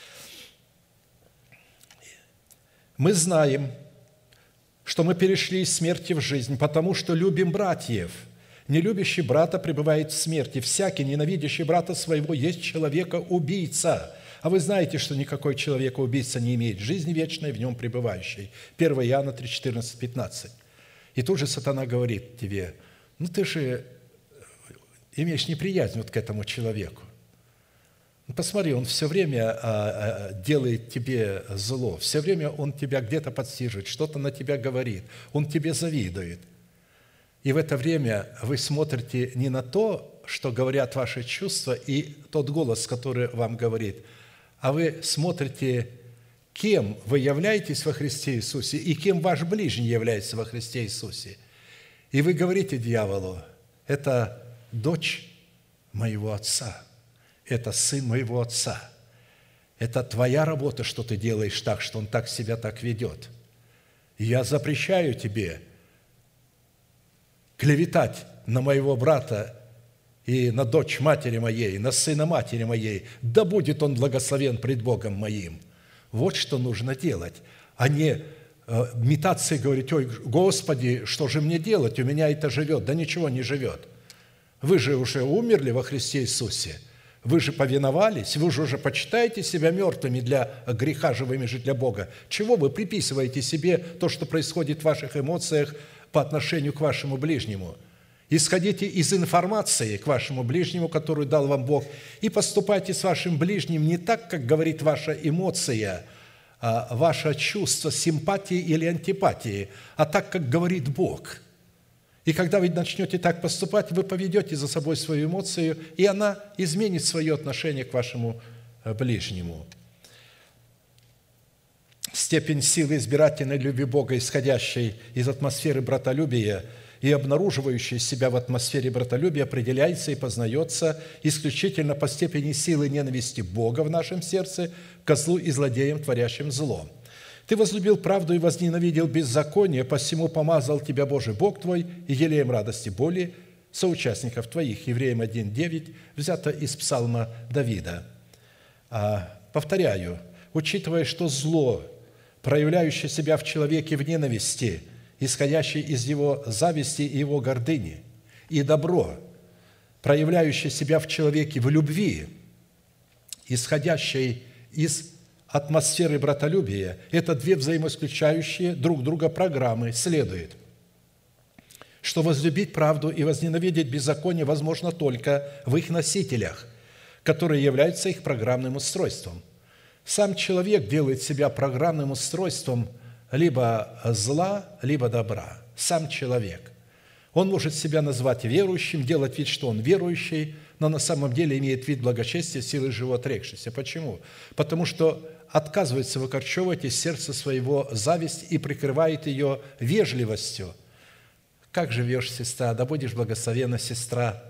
Speaker 1: Мы знаем, что мы перешли из смерти в жизнь, потому что любим братьев. Нелюбящий брата пребывает в смерти. Всякий, ненавидящий брата своего, есть человека-убийца. А вы знаете, что никакой человека-убийца не имеет жизни вечной, в нем пребывающей. 1 Иоанна 3, 14, 15. И тут же сатана говорит тебе: ну ты же имеешь неприязнь вот к этому человеку. Ну, посмотри, он все время делает тебе зло, все время он тебя где-то подстиживает, что-то на тебя говорит, он тебе завидует. И в это время вы смотрите не на то, что говорят ваши чувства и тот голос, который вам говорит, а вы смотрите, кем вы являетесь во Христе Иисусе и кем ваш ближний является во Христе Иисусе. И вы говорите дьяволу: это дочь моего отца, это сын моего отца, это твоя работа, что ты делаешь так, что он так себя так ведет. Я запрещаю тебе клеветать на моего брата и на дочь матери моей, на сына матери моей, да будет он благословен пред Богом моим. Вот что нужно делать, а не метаться и говорить: ой, Господи, что же мне делать, у меня это живет. Да ничего не живет. Вы же уже умерли во Христе Иисусе, вы же повиновались, вы же уже почитаете себя мертвыми для греха, живыми же для Бога. Чего вы приписываете себе то, что происходит в ваших эмоциях по отношению к вашему ближнему? Исходите из информации к вашему ближнему, которую дал вам Бог, и поступайте с вашим ближним не так, как говорит ваша эмоция, ваше чувство симпатии или антипатии, а так, как говорит Бог. И когда вы начнете так поступать, вы поведете за собой свою эмоцию, и она изменит свое отношение к вашему ближнему. Степень силы избирательной любви Бога, исходящей из атмосферы братолюбия и обнаруживающей себя в атмосфере братолюбия, определяется и познается исключительно по степени силы ненависти Бога в нашем сердце к злу и злодеям, творящим зло. Ты возлюбил правду и возненавидел беззаконие, посему помазал тебя Божий Бог твой и елеем радости боли соучастников твоих». Евреям 1:9, взято из псалма Давида. Повторяю, учитывая, что зло, проявляющее себя в человеке в ненависти, исходящее из его зависти и его гордыни, и добро, проявляющее себя в человеке в любви, исходящее из атмосферы братолюбия, это две взаимоисключающие друг друга программы. Следует, что возлюбить правду и возненавидеть беззаконие возможно только в их носителях, которые являются их программным устройством. Сам человек делает себя программным устройством либо зла, либо добра. Сам человек. Он может себя назвать верующим, делать вид, что он верующий, но на самом деле имеет вид благочестия, силы живоотрекшейся. Почему? Потому что отказывается выкорчевывать из сердца своего зависть и прикрывает ее вежливостью. Как живешь, сестра? Да будешь благословенна, сестра.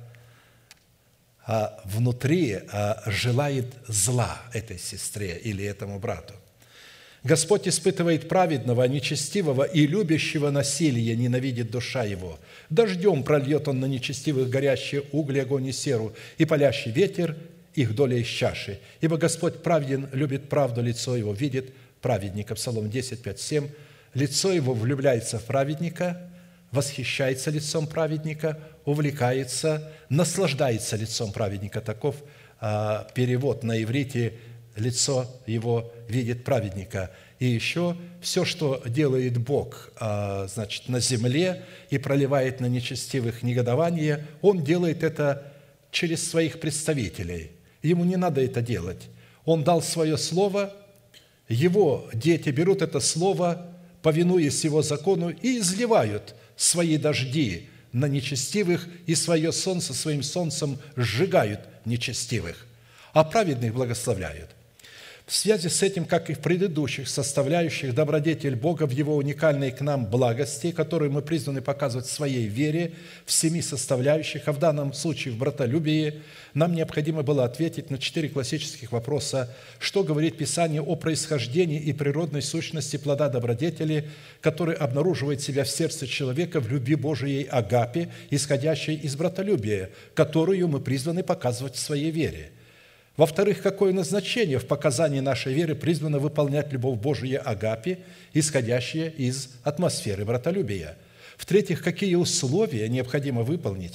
Speaker 1: А внутри желает зла этой сестре или этому брату. Господь испытывает праведного, нечестивого и любящего насилие, ненавидит душа его. Дождем прольет он на нечестивых горящие угли, огонь и серу, и палящий ветер их доля из чаши. Ибо Господь праведен, любит правду, лицо его видит праведника». Псалом 10, 5, 7. Лицо его влюбляется в праведника, восхищается лицом праведника, увлекается, наслаждается лицом праведника. Таков перевод на иврите: лицо его видит праведника. И еще все, что делает Бог, значит, на земле и проливает на нечестивых негодование, Он делает это через своих представителей. Ему не надо это делать. Он дал свое слово, его дети берут это слово, повинуясь его закону, и изливают свои дожди на нечестивых, и свое солнце своим солнцем сжигают нечестивых, а праведных благословляют. В связи с этим, как и в предыдущих составляющих добродетель Бога в Его уникальной к нам благости, которую мы призваны показывать в своей вере в 7 составляющих, а в данном случае в братолюбии, нам необходимо было ответить на 4 классических вопроса. Что говорит Писание о происхождении и природной сущности плода добродетели, который обнаруживает себя в сердце человека в любви Божией агапе, исходящей из братолюбия, которую мы призваны показывать в своей вере? Во-вторых, какое назначение в показании нашей веры призвано выполнять любовь Божия агапе, исходящая из атмосферы братолюбия? В-третьих, какие условия необходимо выполнить,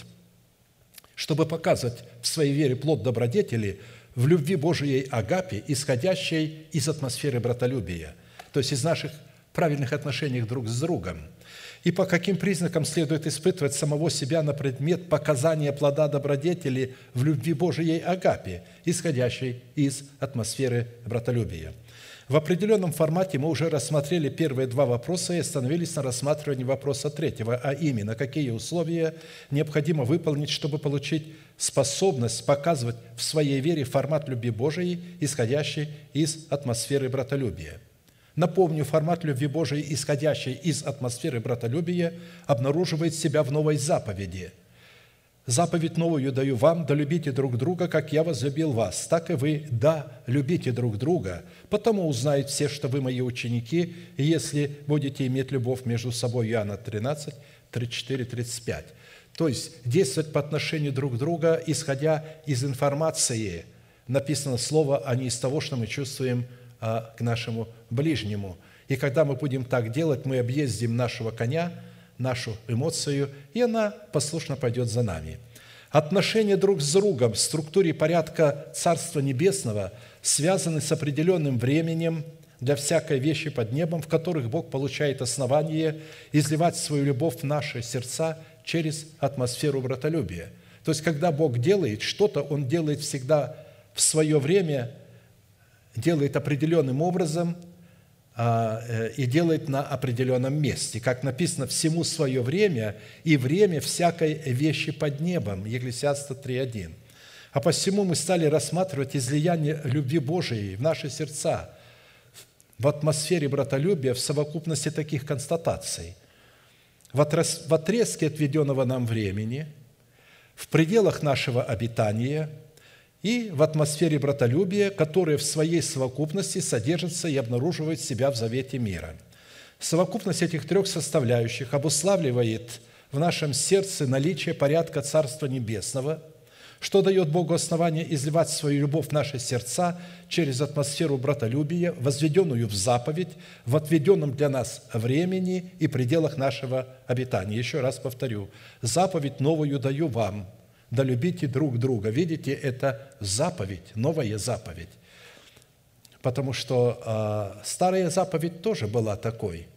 Speaker 1: чтобы показывать в своей вере плод добродетели в любви Божией агапе, исходящей из атмосферы братолюбия, то есть из наших правильных отношений друг с другом? И по каким признакам следует испытывать самого себя на предмет показания плода добродетели в любви Божией агапе, исходящей из атмосферы братолюбия? В определенном формате мы уже рассмотрели первые 2 вопроса и остановились на рассматривании вопроса 3, а именно, какие условия необходимо выполнить, чтобы получить способность показывать в своей вере формат любви Божией, исходящей из атмосферы братолюбия. Напомню, формат любви Божией, исходящей из атмосферы братолюбия, обнаруживает себя в новой заповеди. «Заповедь новую даю вам, да любите друг друга, как я возлюбил вас, так и вы, да, любите друг друга. Потому узнают все, что вы мои ученики, если будете иметь любовь между собой». Иоанна 13, 34, 35. То есть действовать по отношению друг к другу, исходя из информации, написано слово, а не из того, что мы чувствуем к нашему ближнему. И когда мы будем так делать, мы объездим нашего коня, нашу эмоцию, и она послушно пойдет за нами. Отношения друг с другом в структуре порядка Царства Небесного связаны с определенным временем для всякой вещи под небом, в которых Бог получает основание изливать свою любовь в наши сердца через атмосферу братолюбия. То есть, когда Бог делает что-то, Он делает всегда в свое время, делает определенным образом и делает на определенном месте. Как написано, всему свое время и время всякой вещи под небом. Екклесиаста 3:1. А посему мы стали рассматривать излияние любви Божией в наши сердца в атмосфере братолюбия в совокупности таких констатаций. В отрезке отведенного нам времени, в пределах нашего обитания и в атмосфере братолюбия, которая в своей совокупности содержится и обнаруживает себя в завете мира. Совокупность этих 3 составляющих обуславливает в нашем сердце наличие порядка Царства Небесного, что дает Богу основание изливать свою любовь в наши сердца через атмосферу братолюбия, возведенную в заповедь, в отведенном для нас времени и пределах нашего обитания. Еще раз повторю, заповедь новую даю вам, да любите друг друга. Видите, это заповедь, новая заповедь. Потому что старая заповедь тоже была такой.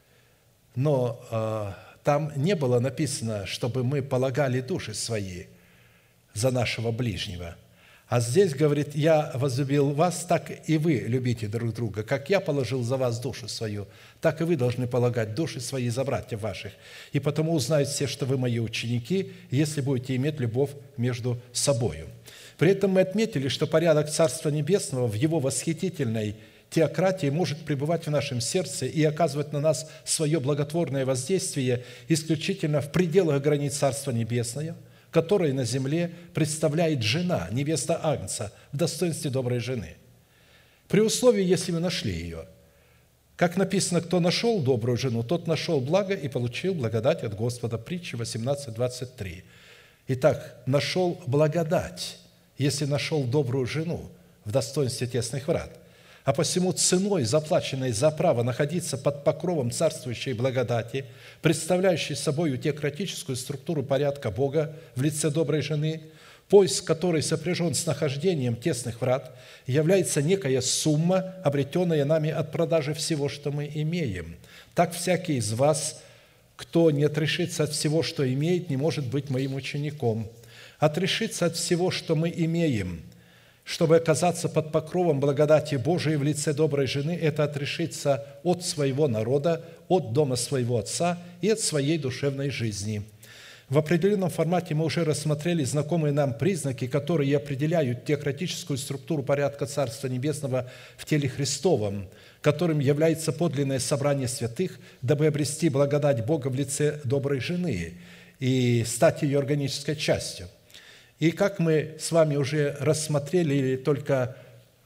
Speaker 1: Но там не было написано, чтобы мы полагали души свои за нашего ближнего. А здесь говорит, я возлюбил вас, так и вы любите друг друга. Как я положил за вас душу свою, так и вы должны полагать души свои за братьев ваших. И потому узнают все, что вы мои ученики, если будете иметь любовь между собою. При этом мы отметили, что порядок Царства Небесного в его восхитительной теократии может пребывать в нашем сердце и оказывать на нас свое благотворное воздействие исключительно в пределах границ Царства Небесного, которой на земле представляет жена, невеста Агнца, в достоинстве доброй жены. При условии, если мы нашли ее. Как написано, кто нашел добрую жену, тот нашел благо и получил благодать от Господа. Притча 18:23. Итак, нашел благодать, если нашел добрую жену в достоинстве тесных врат. А посему ценой, заплаченной за право находиться под покровом царствующей благодати, представляющей собой теократическую структуру порядка Бога в лице доброй жены, поиск которой сопряжен с нахождением тесных врат, является некая сумма, обретенная нами от продажи всего, что мы имеем. Так всякий из вас, кто не отрешится от всего, что имеет, не может быть моим учеником. Отрешиться от всего, что мы имеем – чтобы оказаться под покровом благодати Божией в лице доброй жены, это отрешиться от своего народа, от дома своего отца и от своей душевной жизни. В определенном формате мы уже рассмотрели знакомые нам признаки, которые определяют теократическую структуру порядка Царства Небесного в теле Христовом, которым является подлинное собрание святых, дабы обрести благодать Бога в лице доброй жены и стать ее органической частью. И как мы с вами уже рассмотрели или только,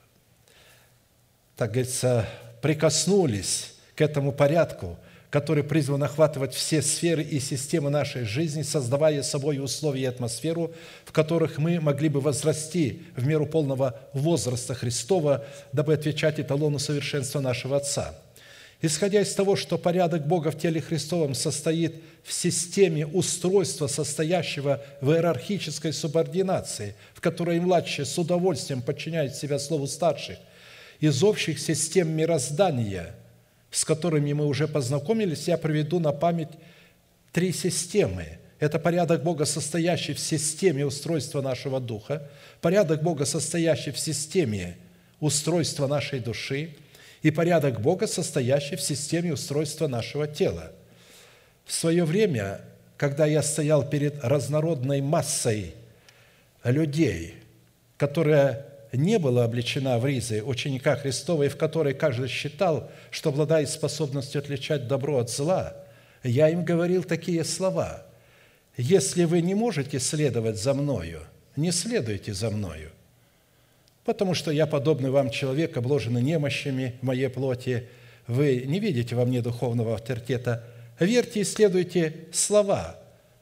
Speaker 1: так говорится, прикоснулись к этому порядку, который призван охватывать все сферы и системы нашей жизни, создавая собой условия и атмосферу, в которых мы могли бы возрасти в меру полного возраста Христова, дабы отвечать эталону совершенства нашего Отца. Исходя из того, что порядок Бога в теле Христовом состоит в системе устройства, состоящего в иерархической субординации, в которой младшие с удовольствием подчиняют себя слову старших, из общих систем мироздания, с которыми мы уже познакомились, я приведу на память 3 системы. Это порядок Бога, состоящий в системе устройства нашего духа, порядок Бога, состоящий в системе устройства нашей души, и порядок Бога, состоящий в системе устройства нашего тела. В свое время, когда я стоял перед разнородной массой людей, которая не была облечена в ризы ученика Христова, и в которой каждый считал, что обладает способностью отличать добро от зла, я им говорил такие слова: «Если вы не можете следовать за Мною, не следуйте за Мною, потому что я подобный вам человек, обложенный немощами в моей плоти, вы не видите во мне духовного авторитета, верьте и следуйте слова,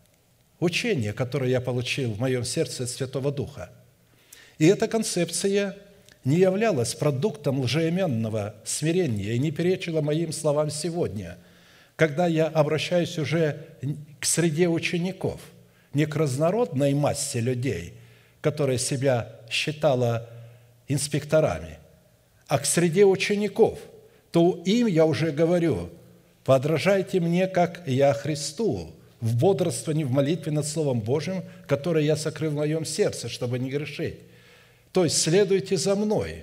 Speaker 1: учения, которые я получил в моем сердце от Святого Духа». И эта концепция не являлась продуктом лжеименного смирения и не перечила моим словам сегодня, когда я обращаюсь уже к среде учеников, не к разнородной массе людей, которая себя считала инспекторами, а к среде учеников, то им я уже говорю: подражайте мне, как я Христу, в бодрствовании, в молитве над Словом Божьим, которое я сокрыл в моем сердце, чтобы не грешить. То есть следуйте за Мной.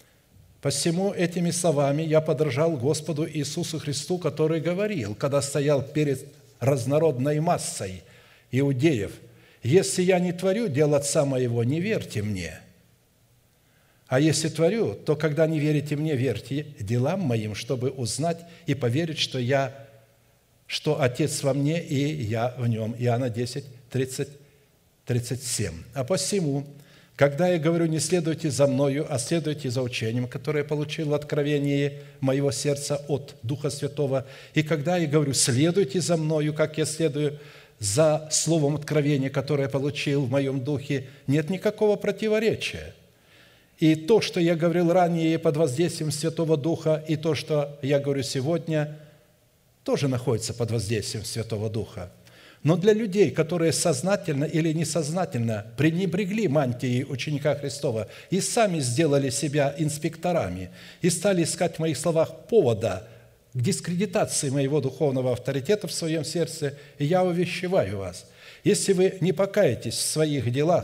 Speaker 1: Посему этими словами я подражал Господу Иисусу Христу, который говорил, когда стоял перед разнородной массой иудеев: «Если я не творю дел Отца Моего, не верьте Мне. А если творю, то когда не верите Мне, верьте делам Моим, чтобы узнать и поверить, что Отец во Мне и Я в Нем». Иоанна 10, 30, 37. А посему, когда я говорю: «Не следуйте за Мною, а следуйте за учением, которое я получил в откровении моего сердца от Духа Святого», и когда я говорю: «Следуйте за Мною, как я следую за словом откровения, которое я получил в моем духе», нет никакого противоречия. И то, что я говорил ранее под воздействием Святого Духа, и то, что я говорю сегодня, тоже находится под воздействием Святого Духа. Но для людей, которые сознательно или несознательно пренебрегли мантией ученика Христова и сами сделали себя инспекторами и стали искать в моих словах повода к дискредитации моего духовного авторитета в своем сердце, я увещеваю вас: если вы не покаетесь в своих делах,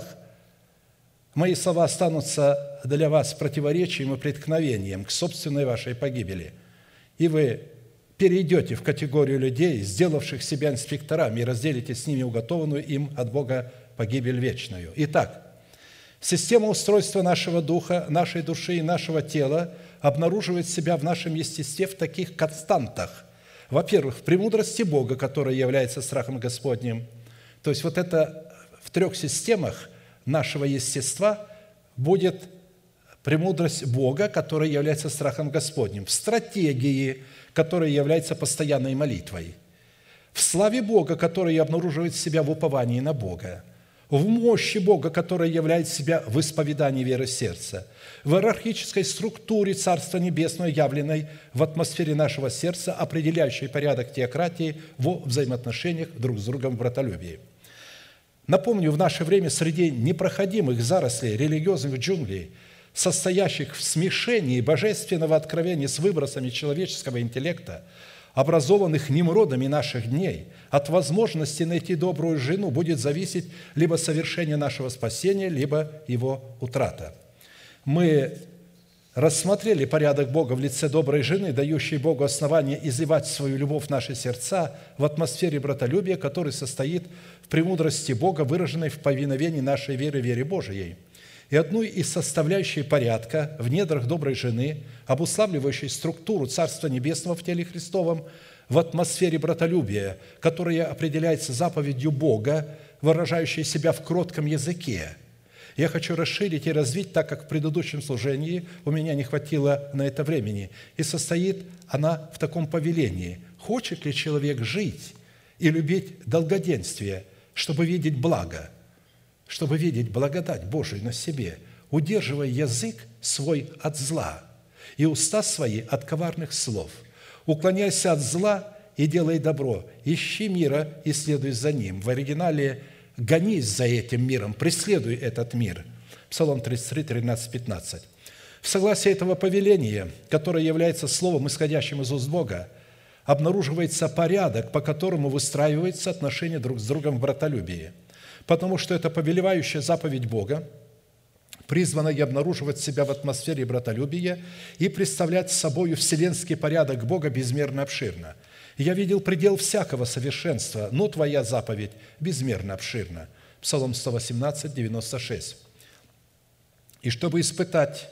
Speaker 1: мои слова останутся для вас противоречием и преткновением к собственной вашей погибели, и вы перейдете в категорию людей, сделавших себя инспекторами, и разделите с ними уготованную им от Бога погибель вечную. Итак, система устройства нашего духа, нашей души и нашего тела обнаруживает себя в нашем естестве в таких константах. Во-первых, в премудрости Бога, которая является страхом Господним. То есть вот это в 3 системах нашего естества будет премудрость Бога, которая является страхом Господним, в стратегии, которая является постоянной молитвой, в славе Бога, которая обнаруживает себя в уповании на Бога, в мощи Бога, которая являет себя в исповедании веры сердца, в иерархической структуре Царства Небесного, явленной в атмосфере нашего сердца, определяющей порядок теократии во взаимоотношениях друг с другом в братолюбии. Напомню, в наше время среди непроходимых зарослей религиозных джунглей, состоящих в смешении божественного откровения с выбросами человеческого интеллекта, образованных Немродами наших дней, от возможности найти добрую жену будет зависеть либо совершение нашего спасения, либо его утрата. Мы рассмотрели порядок Бога в лице доброй жены, дающей Богу основание изливать свою любовь в наши сердца в атмосфере братолюбия, который состоит в премудрости Бога, выраженной в повиновении нашей веры, вере Божией. И одну из составляющих порядка в недрах доброй жены, обуславливающей структуру Царства Небесного в теле Христовом, в атмосфере братолюбия, которая определяется заповедью Бога, выражающей себя в кротком языке. Я хочу расширить и развить, так как в предыдущем служении у меня не хватило на это времени. И состоит она в таком повелении. Хочет ли человек жить и любить долгоденствие, чтобы видеть благо, чтобы видеть благодать Божию на себе, удерживая язык свой от зла и уста свои от коварных слов? Уклоняйся от зла и делай добро, ищи мира и следуй за ним. В оригинале «гонись за этим миром, преследуй этот мир». Псалом 33, 13, 15. В согласии этого повеления, которое является словом, исходящим из уст Бога, обнаруживается порядок, по которому выстраиваются отношения друг с другом в братолюбии. Потому что это повелевающая заповедь Бога, призванная обнаруживать себя в атмосфере братолюбия и представлять собою вселенский порядок Бога безмерно обширно. «Я видел предел всякого совершенства, но Твоя заповедь безмерно обширна». Псалом 118, 96. И чтобы испытать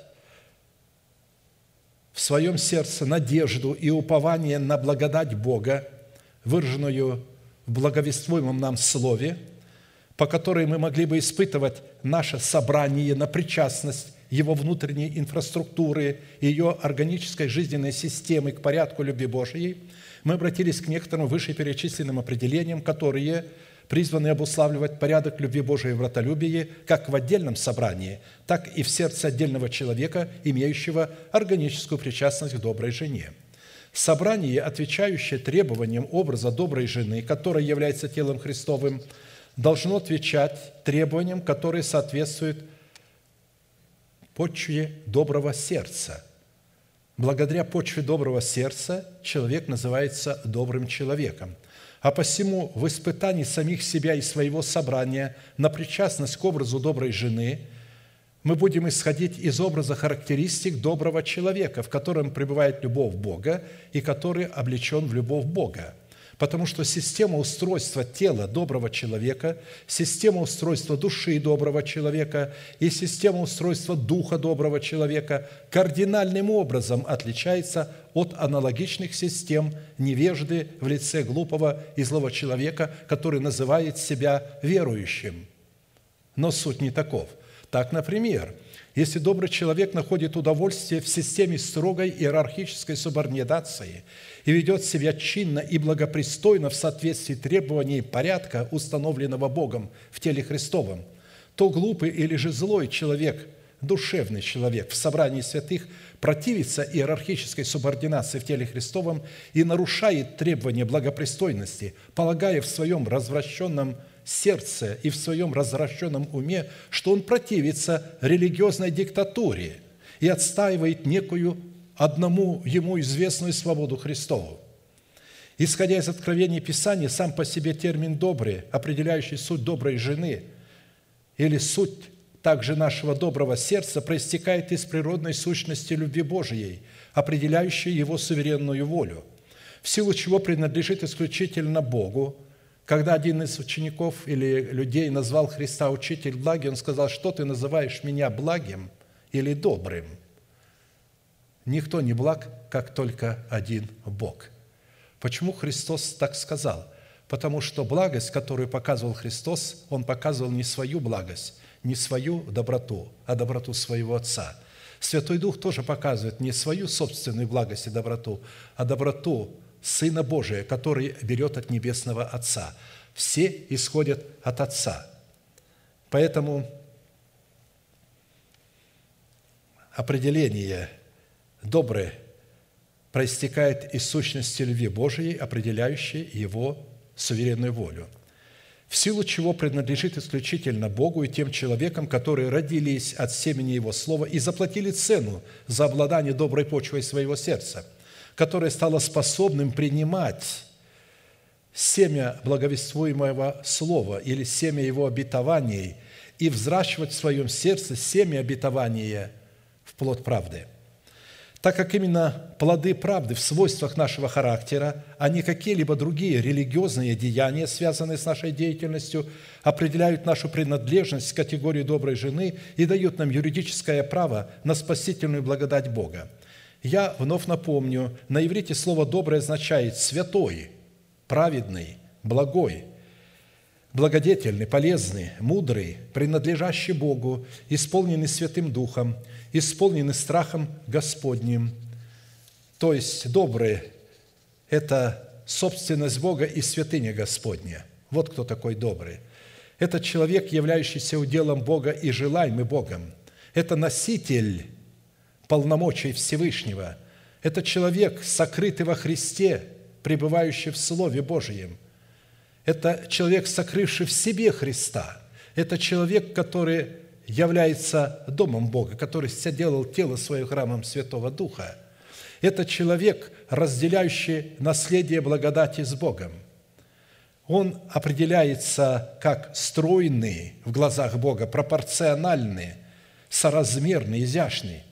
Speaker 1: в своем сердце надежду и упование на благодать Бога, выраженную в благовествуемом нам Слове, по которой мы могли бы испытывать наше собрание на причастность его внутренней инфраструктуры и ее органической жизненной системы к порядку любви Божией, мы обратились к некоторым вышеперечисленным определениям, которые призваны обуславливать порядок любви Божией в братолюбии как в отдельном собрании, так и в сердце отдельного человека, имеющего органическую причастность к доброй жене. Собрание, отвечающее требованиям образа доброй жены, которая является телом Христовым, должно отвечать требованиям, которые соответствуют почве доброго сердца. Благодаря почве доброго сердца человек называется добрым человеком. А посему в испытании самих себя и своего собрания на причастность к образу доброй жены мы будем исходить из образа характеристик доброго человека, в котором пребывает любовь Бога и который облечен в любовь Бога. Потому что система устройства тела доброго человека, система устройства души доброго человека и система устройства духа доброго человека кардинальным образом отличается от аналогичных систем невежды в лице глупого и злого человека, который называет себя верующим. Но суть не таков. Так, например, если добрый человек находит удовольствие в системе строгой иерархической субординации и ведет себя чинно и благопристойно в соответствии требований порядка, установленного Богом в теле Христовом, то глупый или же злой человек, душевный человек в собрании святых противится иерархической субординации в теле Христовом и нарушает требования благопристойности, полагая в своем развращенном сердце и в своем развращенном уме, что он противится религиозной диктатуре и отстаивает некую одному ему известную свободу Христову. Исходя из откровений Писания, сам по себе термин «добрый», определяющий суть доброй жены или суть также нашего доброго сердца, проистекает из природной сущности любви Божией, определяющей его суверенную волю, в силу чего принадлежит исключительно Богу. Когда один из учеников или людей назвал Христа «Учитель благий», он сказал: «Что ты называешь меня благим или добрым?» Никто не благ, как только один Бог. Почему Христос так сказал? Потому что благость, которую показывал Христос, Он показывал не свою благость, не свою доброту, а доброту своего Отца. Святой Дух тоже показывает не свою собственную благость и доброту, а доброту Сына Божия, который берет от Небесного Отца. Все исходят от Отца. Поэтому определение «доброе» проистекает из сущности любви Божией, определяющей Его суверенную волю, в силу чего принадлежит исключительно Богу и тем человекам, которые родились от семени Его Слова и заплатили цену за обладание доброй почвой своего сердца, которое стало способным принимать семя благовествуемого Слова или семя Его обетований и взращивать в своем сердце семя обетования в плод правды. так как именно плоды правды в свойствах нашего характера, а не какие-либо другие религиозные деяния, связанные с нашей деятельностью, определяют нашу принадлежность к категории доброй жены и дают нам юридическое право на спасительную благодать Бога. Я вновь напомню, на иврите слово «добрый» означает «святой», «праведный», «благой», «благодетельный», «полезный», «мудрый», «принадлежащий Богу», «исполненный Святым Духом», «исполненный страхом Господним». То есть добрый – это собственность Бога и святыня Господня. Вот кто такой добрый. Это человек, являющийся уделом Бога и желаемый Богом. Это носитель полномочий Всевышнего. Это человек, сокрытый во Христе, пребывающий в Слове Божьем. Это человек, сокрывший в себе Христа. Это человек, который является домом Бога, который соделал тело свое храмом Святого Духа. Это человек, разделяющий наследие благодати с Богом. Он определяется как стройный в глазах Бога, пропорциональный, соразмерный, изящный,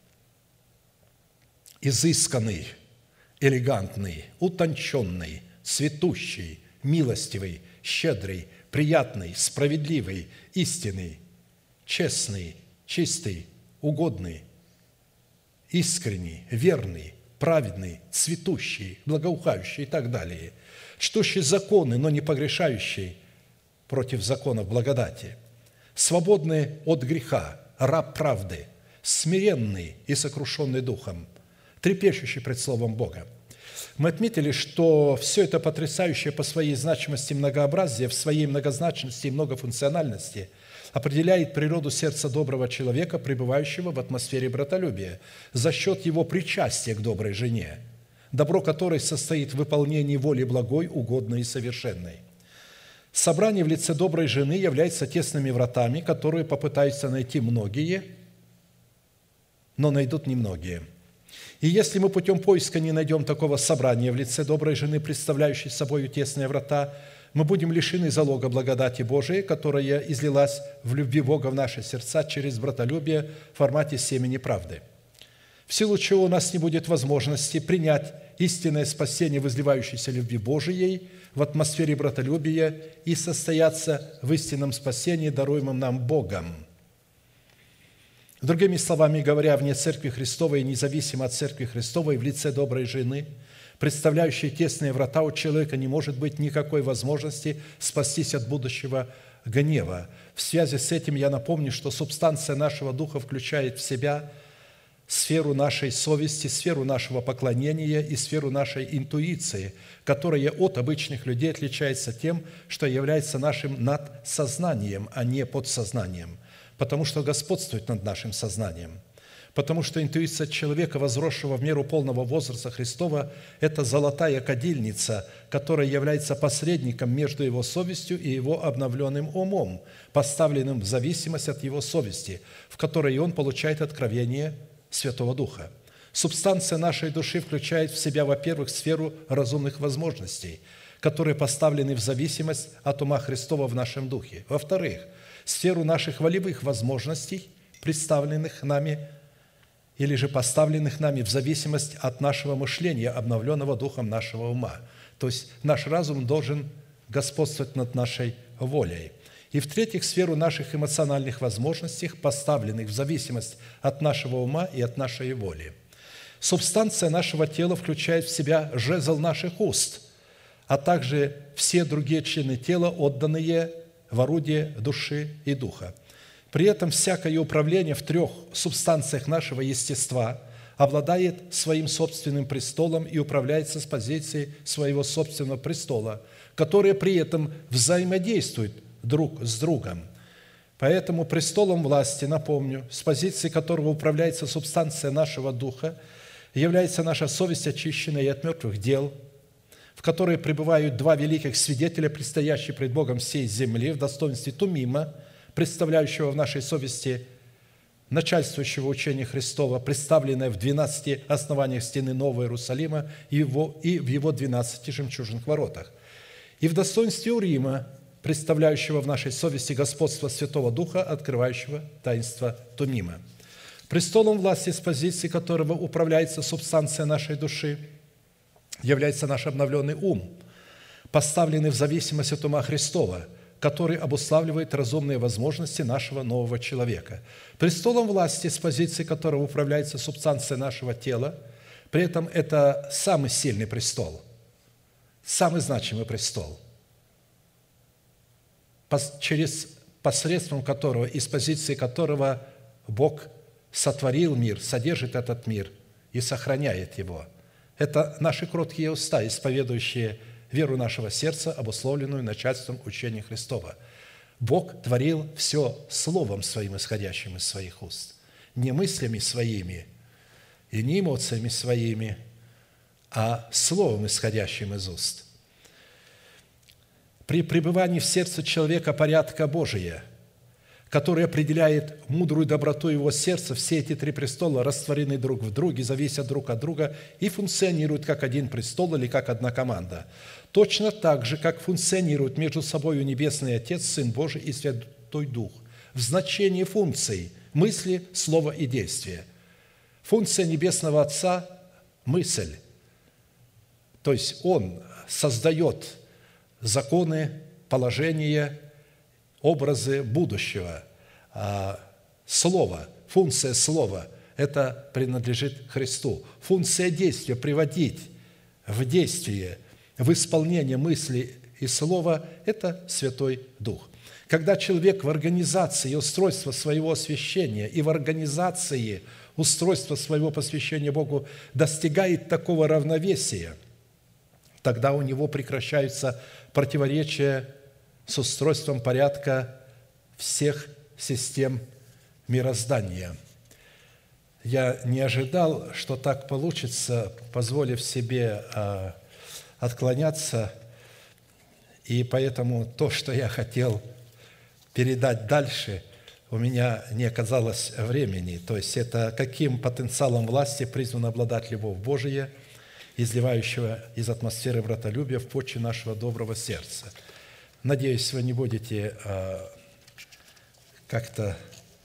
Speaker 1: изысканный, элегантный, утонченный, цветущий, милостивый, щедрый, приятный, справедливый, истинный, честный, чистый, угодный, искренний, верный, праведный, цветущий, благоухающий и так далее, чтущий законы, но не погрешающий против законов благодати, свободный от греха, раб правды, смиренный и сокрушенный духом, трепещущий пред Словом Бога. Мы отметили, что все это потрясающее по своей значимости многообразие, в своей многозначности и многофункциональности определяет природу сердца доброго человека, пребывающего в атмосфере братолюбия, за счет его причастия к доброй жене, добро которой состоит в выполнении воли благой, угодной и совершенной. Собрание в лице доброй жены является тесными вратами, которые попытаются найти многие, но найдут немногие. И если мы путем поиска не найдем такого собрания в лице доброй жены, представляющей собой тесные врата, мы будем лишены залога благодати Божией, которая излилась в любви Бога в наши сердца через братолюбие в формате семени правды. В силу чего у нас не будет возможности принять истинное спасение в изливающейся любви Божией в атмосфере братолюбия и состояться в истинном спасении, даруемом нам Богом. Другими словами говоря, вне Церкви Христовой, независимо от Церкви Христовой, в лице доброй жены, представляющей тесные врата, у человека не может быть никакой возможности спастись от будущего гнева. В связи с этим я напомню, что субстанция нашего духа включает в себя сферу нашей совести, сферу нашего поклонения и сферу нашей интуиции, которая от обычных людей отличается тем, что является нашим надсознанием, а не подсознанием, потому что господствует над нашим сознанием. Потому что интуиция человека, возросшего в меру полного возраста Христова, это золотая кадильница, которая является посредником между его совестью и его обновленным умом, поставленным в зависимость от его совести, в которой он получает откровение Святого Духа. Субстанция нашей души включает в себя, во-первых, сферу разумных возможностей, которые поставлены в зависимость от ума Христова в нашем духе. Во-вторых, сферу наших волевых возможностей, представленных нами или же поставленных нами в зависимость от нашего мышления, обновленного духом нашего ума. То есть наш разум должен господствовать над нашей волей. И в-третьих, сферу наших эмоциональных возможностей, поставленных в зависимость от нашего ума и от нашей воли. Субстанция нашего тела включает в себя жезл наших уст, а также все другие члены тела, отданные в орудие души и духа. При этом всякое управление в трех субстанциях нашего естества обладает своим собственным престолом и управляется с позиции своего собственного престола, которые при этом взаимодействуют друг с другом. Поэтому престолом власти, напомню, с позиции которого управляется субстанция нашего духа, является наша совесть, очищенная от мертвых дел, в которой пребывают два великих свидетеля, предстоящие пред Богом всей земли в достоинстве Тумима, представляющего в нашей совести начальствующего учения Христова, представленное в 12 основаниях стены Нового Иерусалима и в его 12 жемчужных воротах, и в достоинстве Урима, представляющего в нашей совести господство Святого Духа, открывающего таинство Тумима. Престолом власти, с позиции которого управляется субстанция нашей души, является наш обновленный ум, поставленный в зависимость от ума Христова, который обуславливает разумные возможности нашего нового человека. Престолом власти, с позиции которого управляется субстанция нашего тела, при этом это самый сильный престол, самый значимый престол, посредством которого, из позиции которого Бог сотворил мир, содержит этот мир и сохраняет его. Это наши кроткие уста, исповедующие веру нашего сердца, обусловленную начальством учения Христова. Бог творил все Словом Своим, исходящим из Своих уст, не мыслями своими и не эмоциями своими, а Словом, исходящим из уст. При пребывании в сердце человека порядка Божия, который определяет мудрую доброту его сердца, все эти три престола растворены друг в друге, зависят друг от друга и функционируют как один престол или как одна команда. Точно так же, как функционируют между собой Небесный Отец, Сын Божий и Святой Дух в значении функций мысли, слова и действия. Функция Небесного Отца – мысль, то есть Он создает законы, положения, образы будущего. Слово, функция слова – это принадлежит Христу. Функция действия – приводить в действие, в исполнение мысли и слова – это Святой Дух. Когда человек в организации и устройстве своего освящения и в организации устройства своего посвящения Богу достигает такого равновесия, тогда у него прекращаются противоречия с устройством порядка всех систем мироздания. Я не ожидал, что так получится, позволив себе отклоняться, и поэтому то, что я хотел передать дальше, у меня не оказалось времени. То есть это каким потенциалом власти призван обладать любовь Божия, изливающего из атмосферы братолюбия в почве нашего доброго сердца. Надеюсь, вы не будете как-то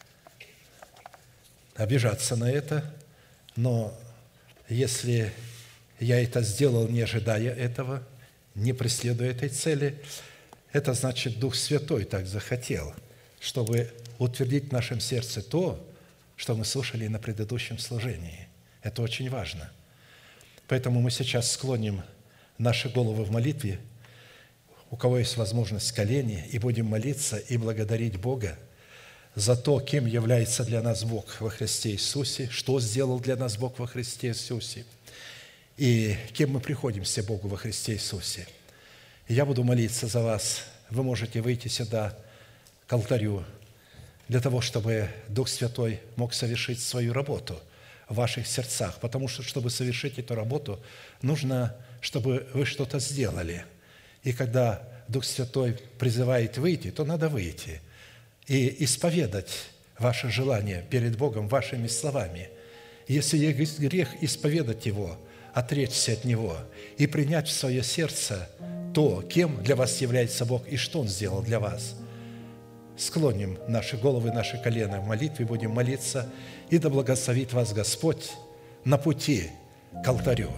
Speaker 1: обижаться на это, но если я это сделал, не ожидая этого, не преследуя этой цели, это значит, Дух Святой так захотел, чтобы утвердить в нашем сердце то, что мы слушали на предыдущем служении. Это очень важно. Поэтому мы сейчас склоним наши головы в молитве, у кого есть возможность, колени, и будем молиться и благодарить Бога за то, кем является для нас Бог во Христе Иисусе, что сделал для нас Бог во Христе Иисусе, и кем мы приходимся Богу во Христе Иисусе. Я буду молиться за вас. Вы можете выйти сюда, к алтарю, для того, чтобы Дух Святой мог совершить свою работу в ваших сердцах. Потому что, чтобы совершить эту работу, нужно, чтобы вы что-то сделали. И когда Дух Святой призывает выйти, то надо выйти и исповедать ваше желание перед Богом вашими словами. Если есть грех, исповедать его, отречься от него и принять в свое сердце то, кем для вас является Бог и что Он сделал для вас. Склоним наши головы, наши колена в молитве, будем молиться, и да благословит вас Господь на пути к алтарю.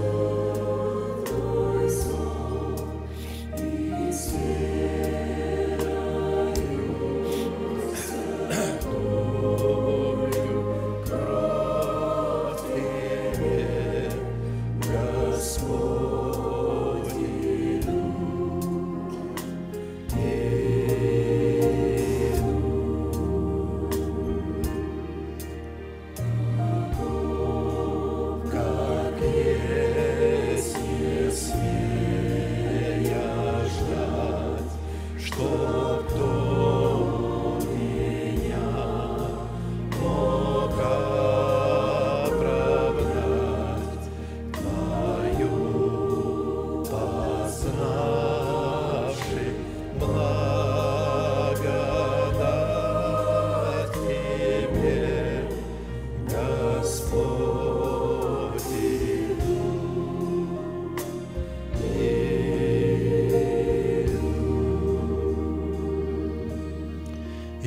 Speaker 2: Spirit.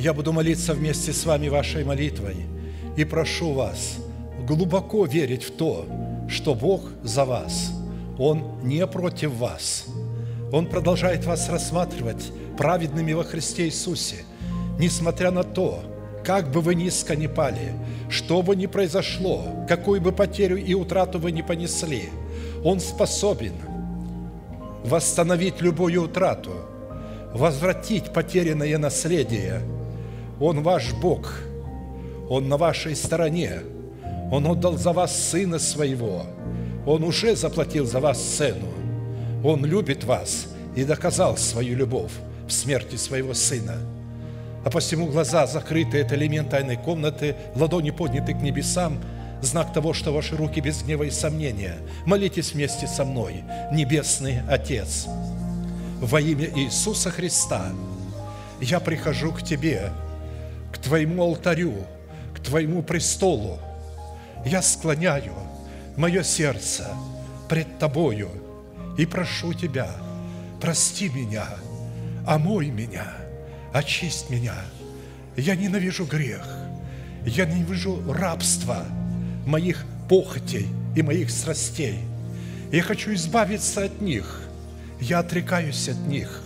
Speaker 1: Я буду молиться вместе с вами вашей молитвой и прошу вас глубоко верить в то, что Бог за вас, Он не против вас. Он продолжает вас рассматривать праведными во Христе Иисусе, несмотря на то, как бы вы низко ни пали, что бы ни произошло, какую бы потерю и утрату вы ни понесли, Он способен восстановить любую утрату, возвратить потерянное наследие. Он ваш Бог, Он на вашей стороне, Он отдал за вас Сына Своего, Он уже заплатил за вас цену, Он любит вас и доказал свою любовь в смерти Своего Сына. А посему глаза закрыты – это элемент тайной комнаты, ладони подняты к небесам, знак того, что ваши руки без гнева и сомнения. Молитесь вместе со мной, Небесный Отец, во имя Иисуса Христа я прихожу к Тебе, к Твоему алтарю, к Твоему престолу. Я склоняю мое сердце пред Тобою и прошу Тебя, прости меня, омой меня, очисть меня. Я ненавижу грех, я ненавижу рабство моих похотей и моих страстей. Я хочу избавиться от них, я отрекаюсь от них.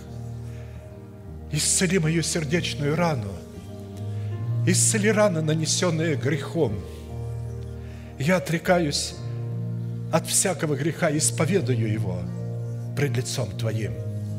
Speaker 1: Исцели мою сердечную рану, исцели раны, нанесенные грехом. Я отрекаюсь от всякого греха, исповедую его пред лицом Твоим.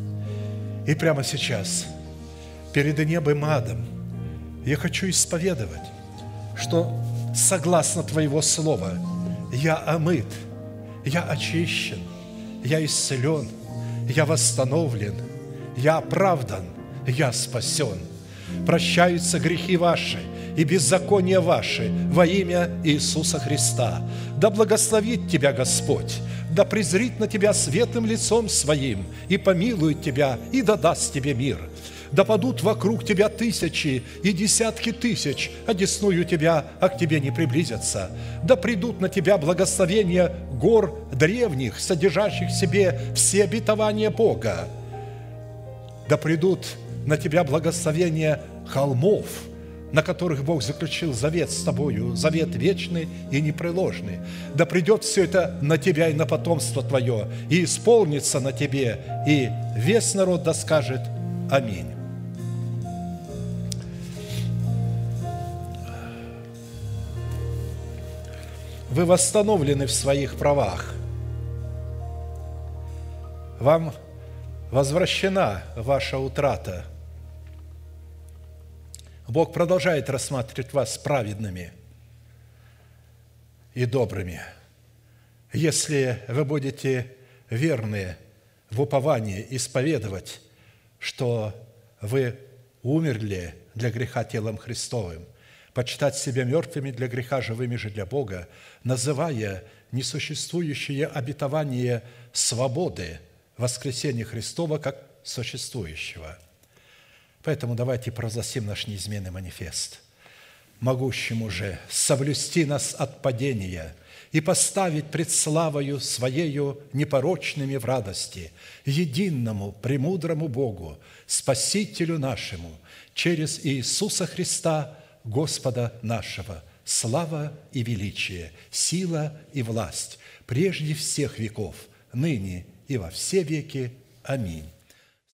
Speaker 1: И прямо сейчас, перед небом и адом, я хочу исповедовать, что согласно Твоего Слова я омыт, я очищен, я исцелен, я восстановлен, я оправдан, я спасен. Прощаются грехи ваши и беззакония ваши во имя Иисуса Христа. Да благословит тебя Господь, да презрит на тебя светлым лицом Своим и помилует тебя, и да даст тебе мир. Да падут вокруг тебя тысячи и десятки тысяч, одесную тебя, а к тебе не приблизятся. Да придут на тебя благословения гор древних, содержащих в себе все обетования Бога. Да придут на тебя благословения холмов, на которых Бог заключил завет с тобою, завет вечный и непреложный. Да придет все это на тебя и на потомство твое, и исполнится на тебе, и весь народ да скажет аминь. Вы восстановлены в своих правах. Вам возвращена ваша утрата. Бог продолжает рассматривать вас праведными и добрыми. Если вы будете верны в уповании исповедовать, что вы умерли для греха телом Христовым, почитать себя мертвыми для греха, живыми же для Бога, называя несуществующее обетование свободы воскресения Христова как существующего. Поэтому давайте провозгласим наш неизменный манифест. Могущему же соблюсти нас от падения и поставить пред славою Своею непорочными в радости, единому, премудрому Богу, Спасителю нашему, через Иисуса Христа, Господа нашего, слава и величие, сила и власть, прежде всех веков, ныне и во все веки. Аминь.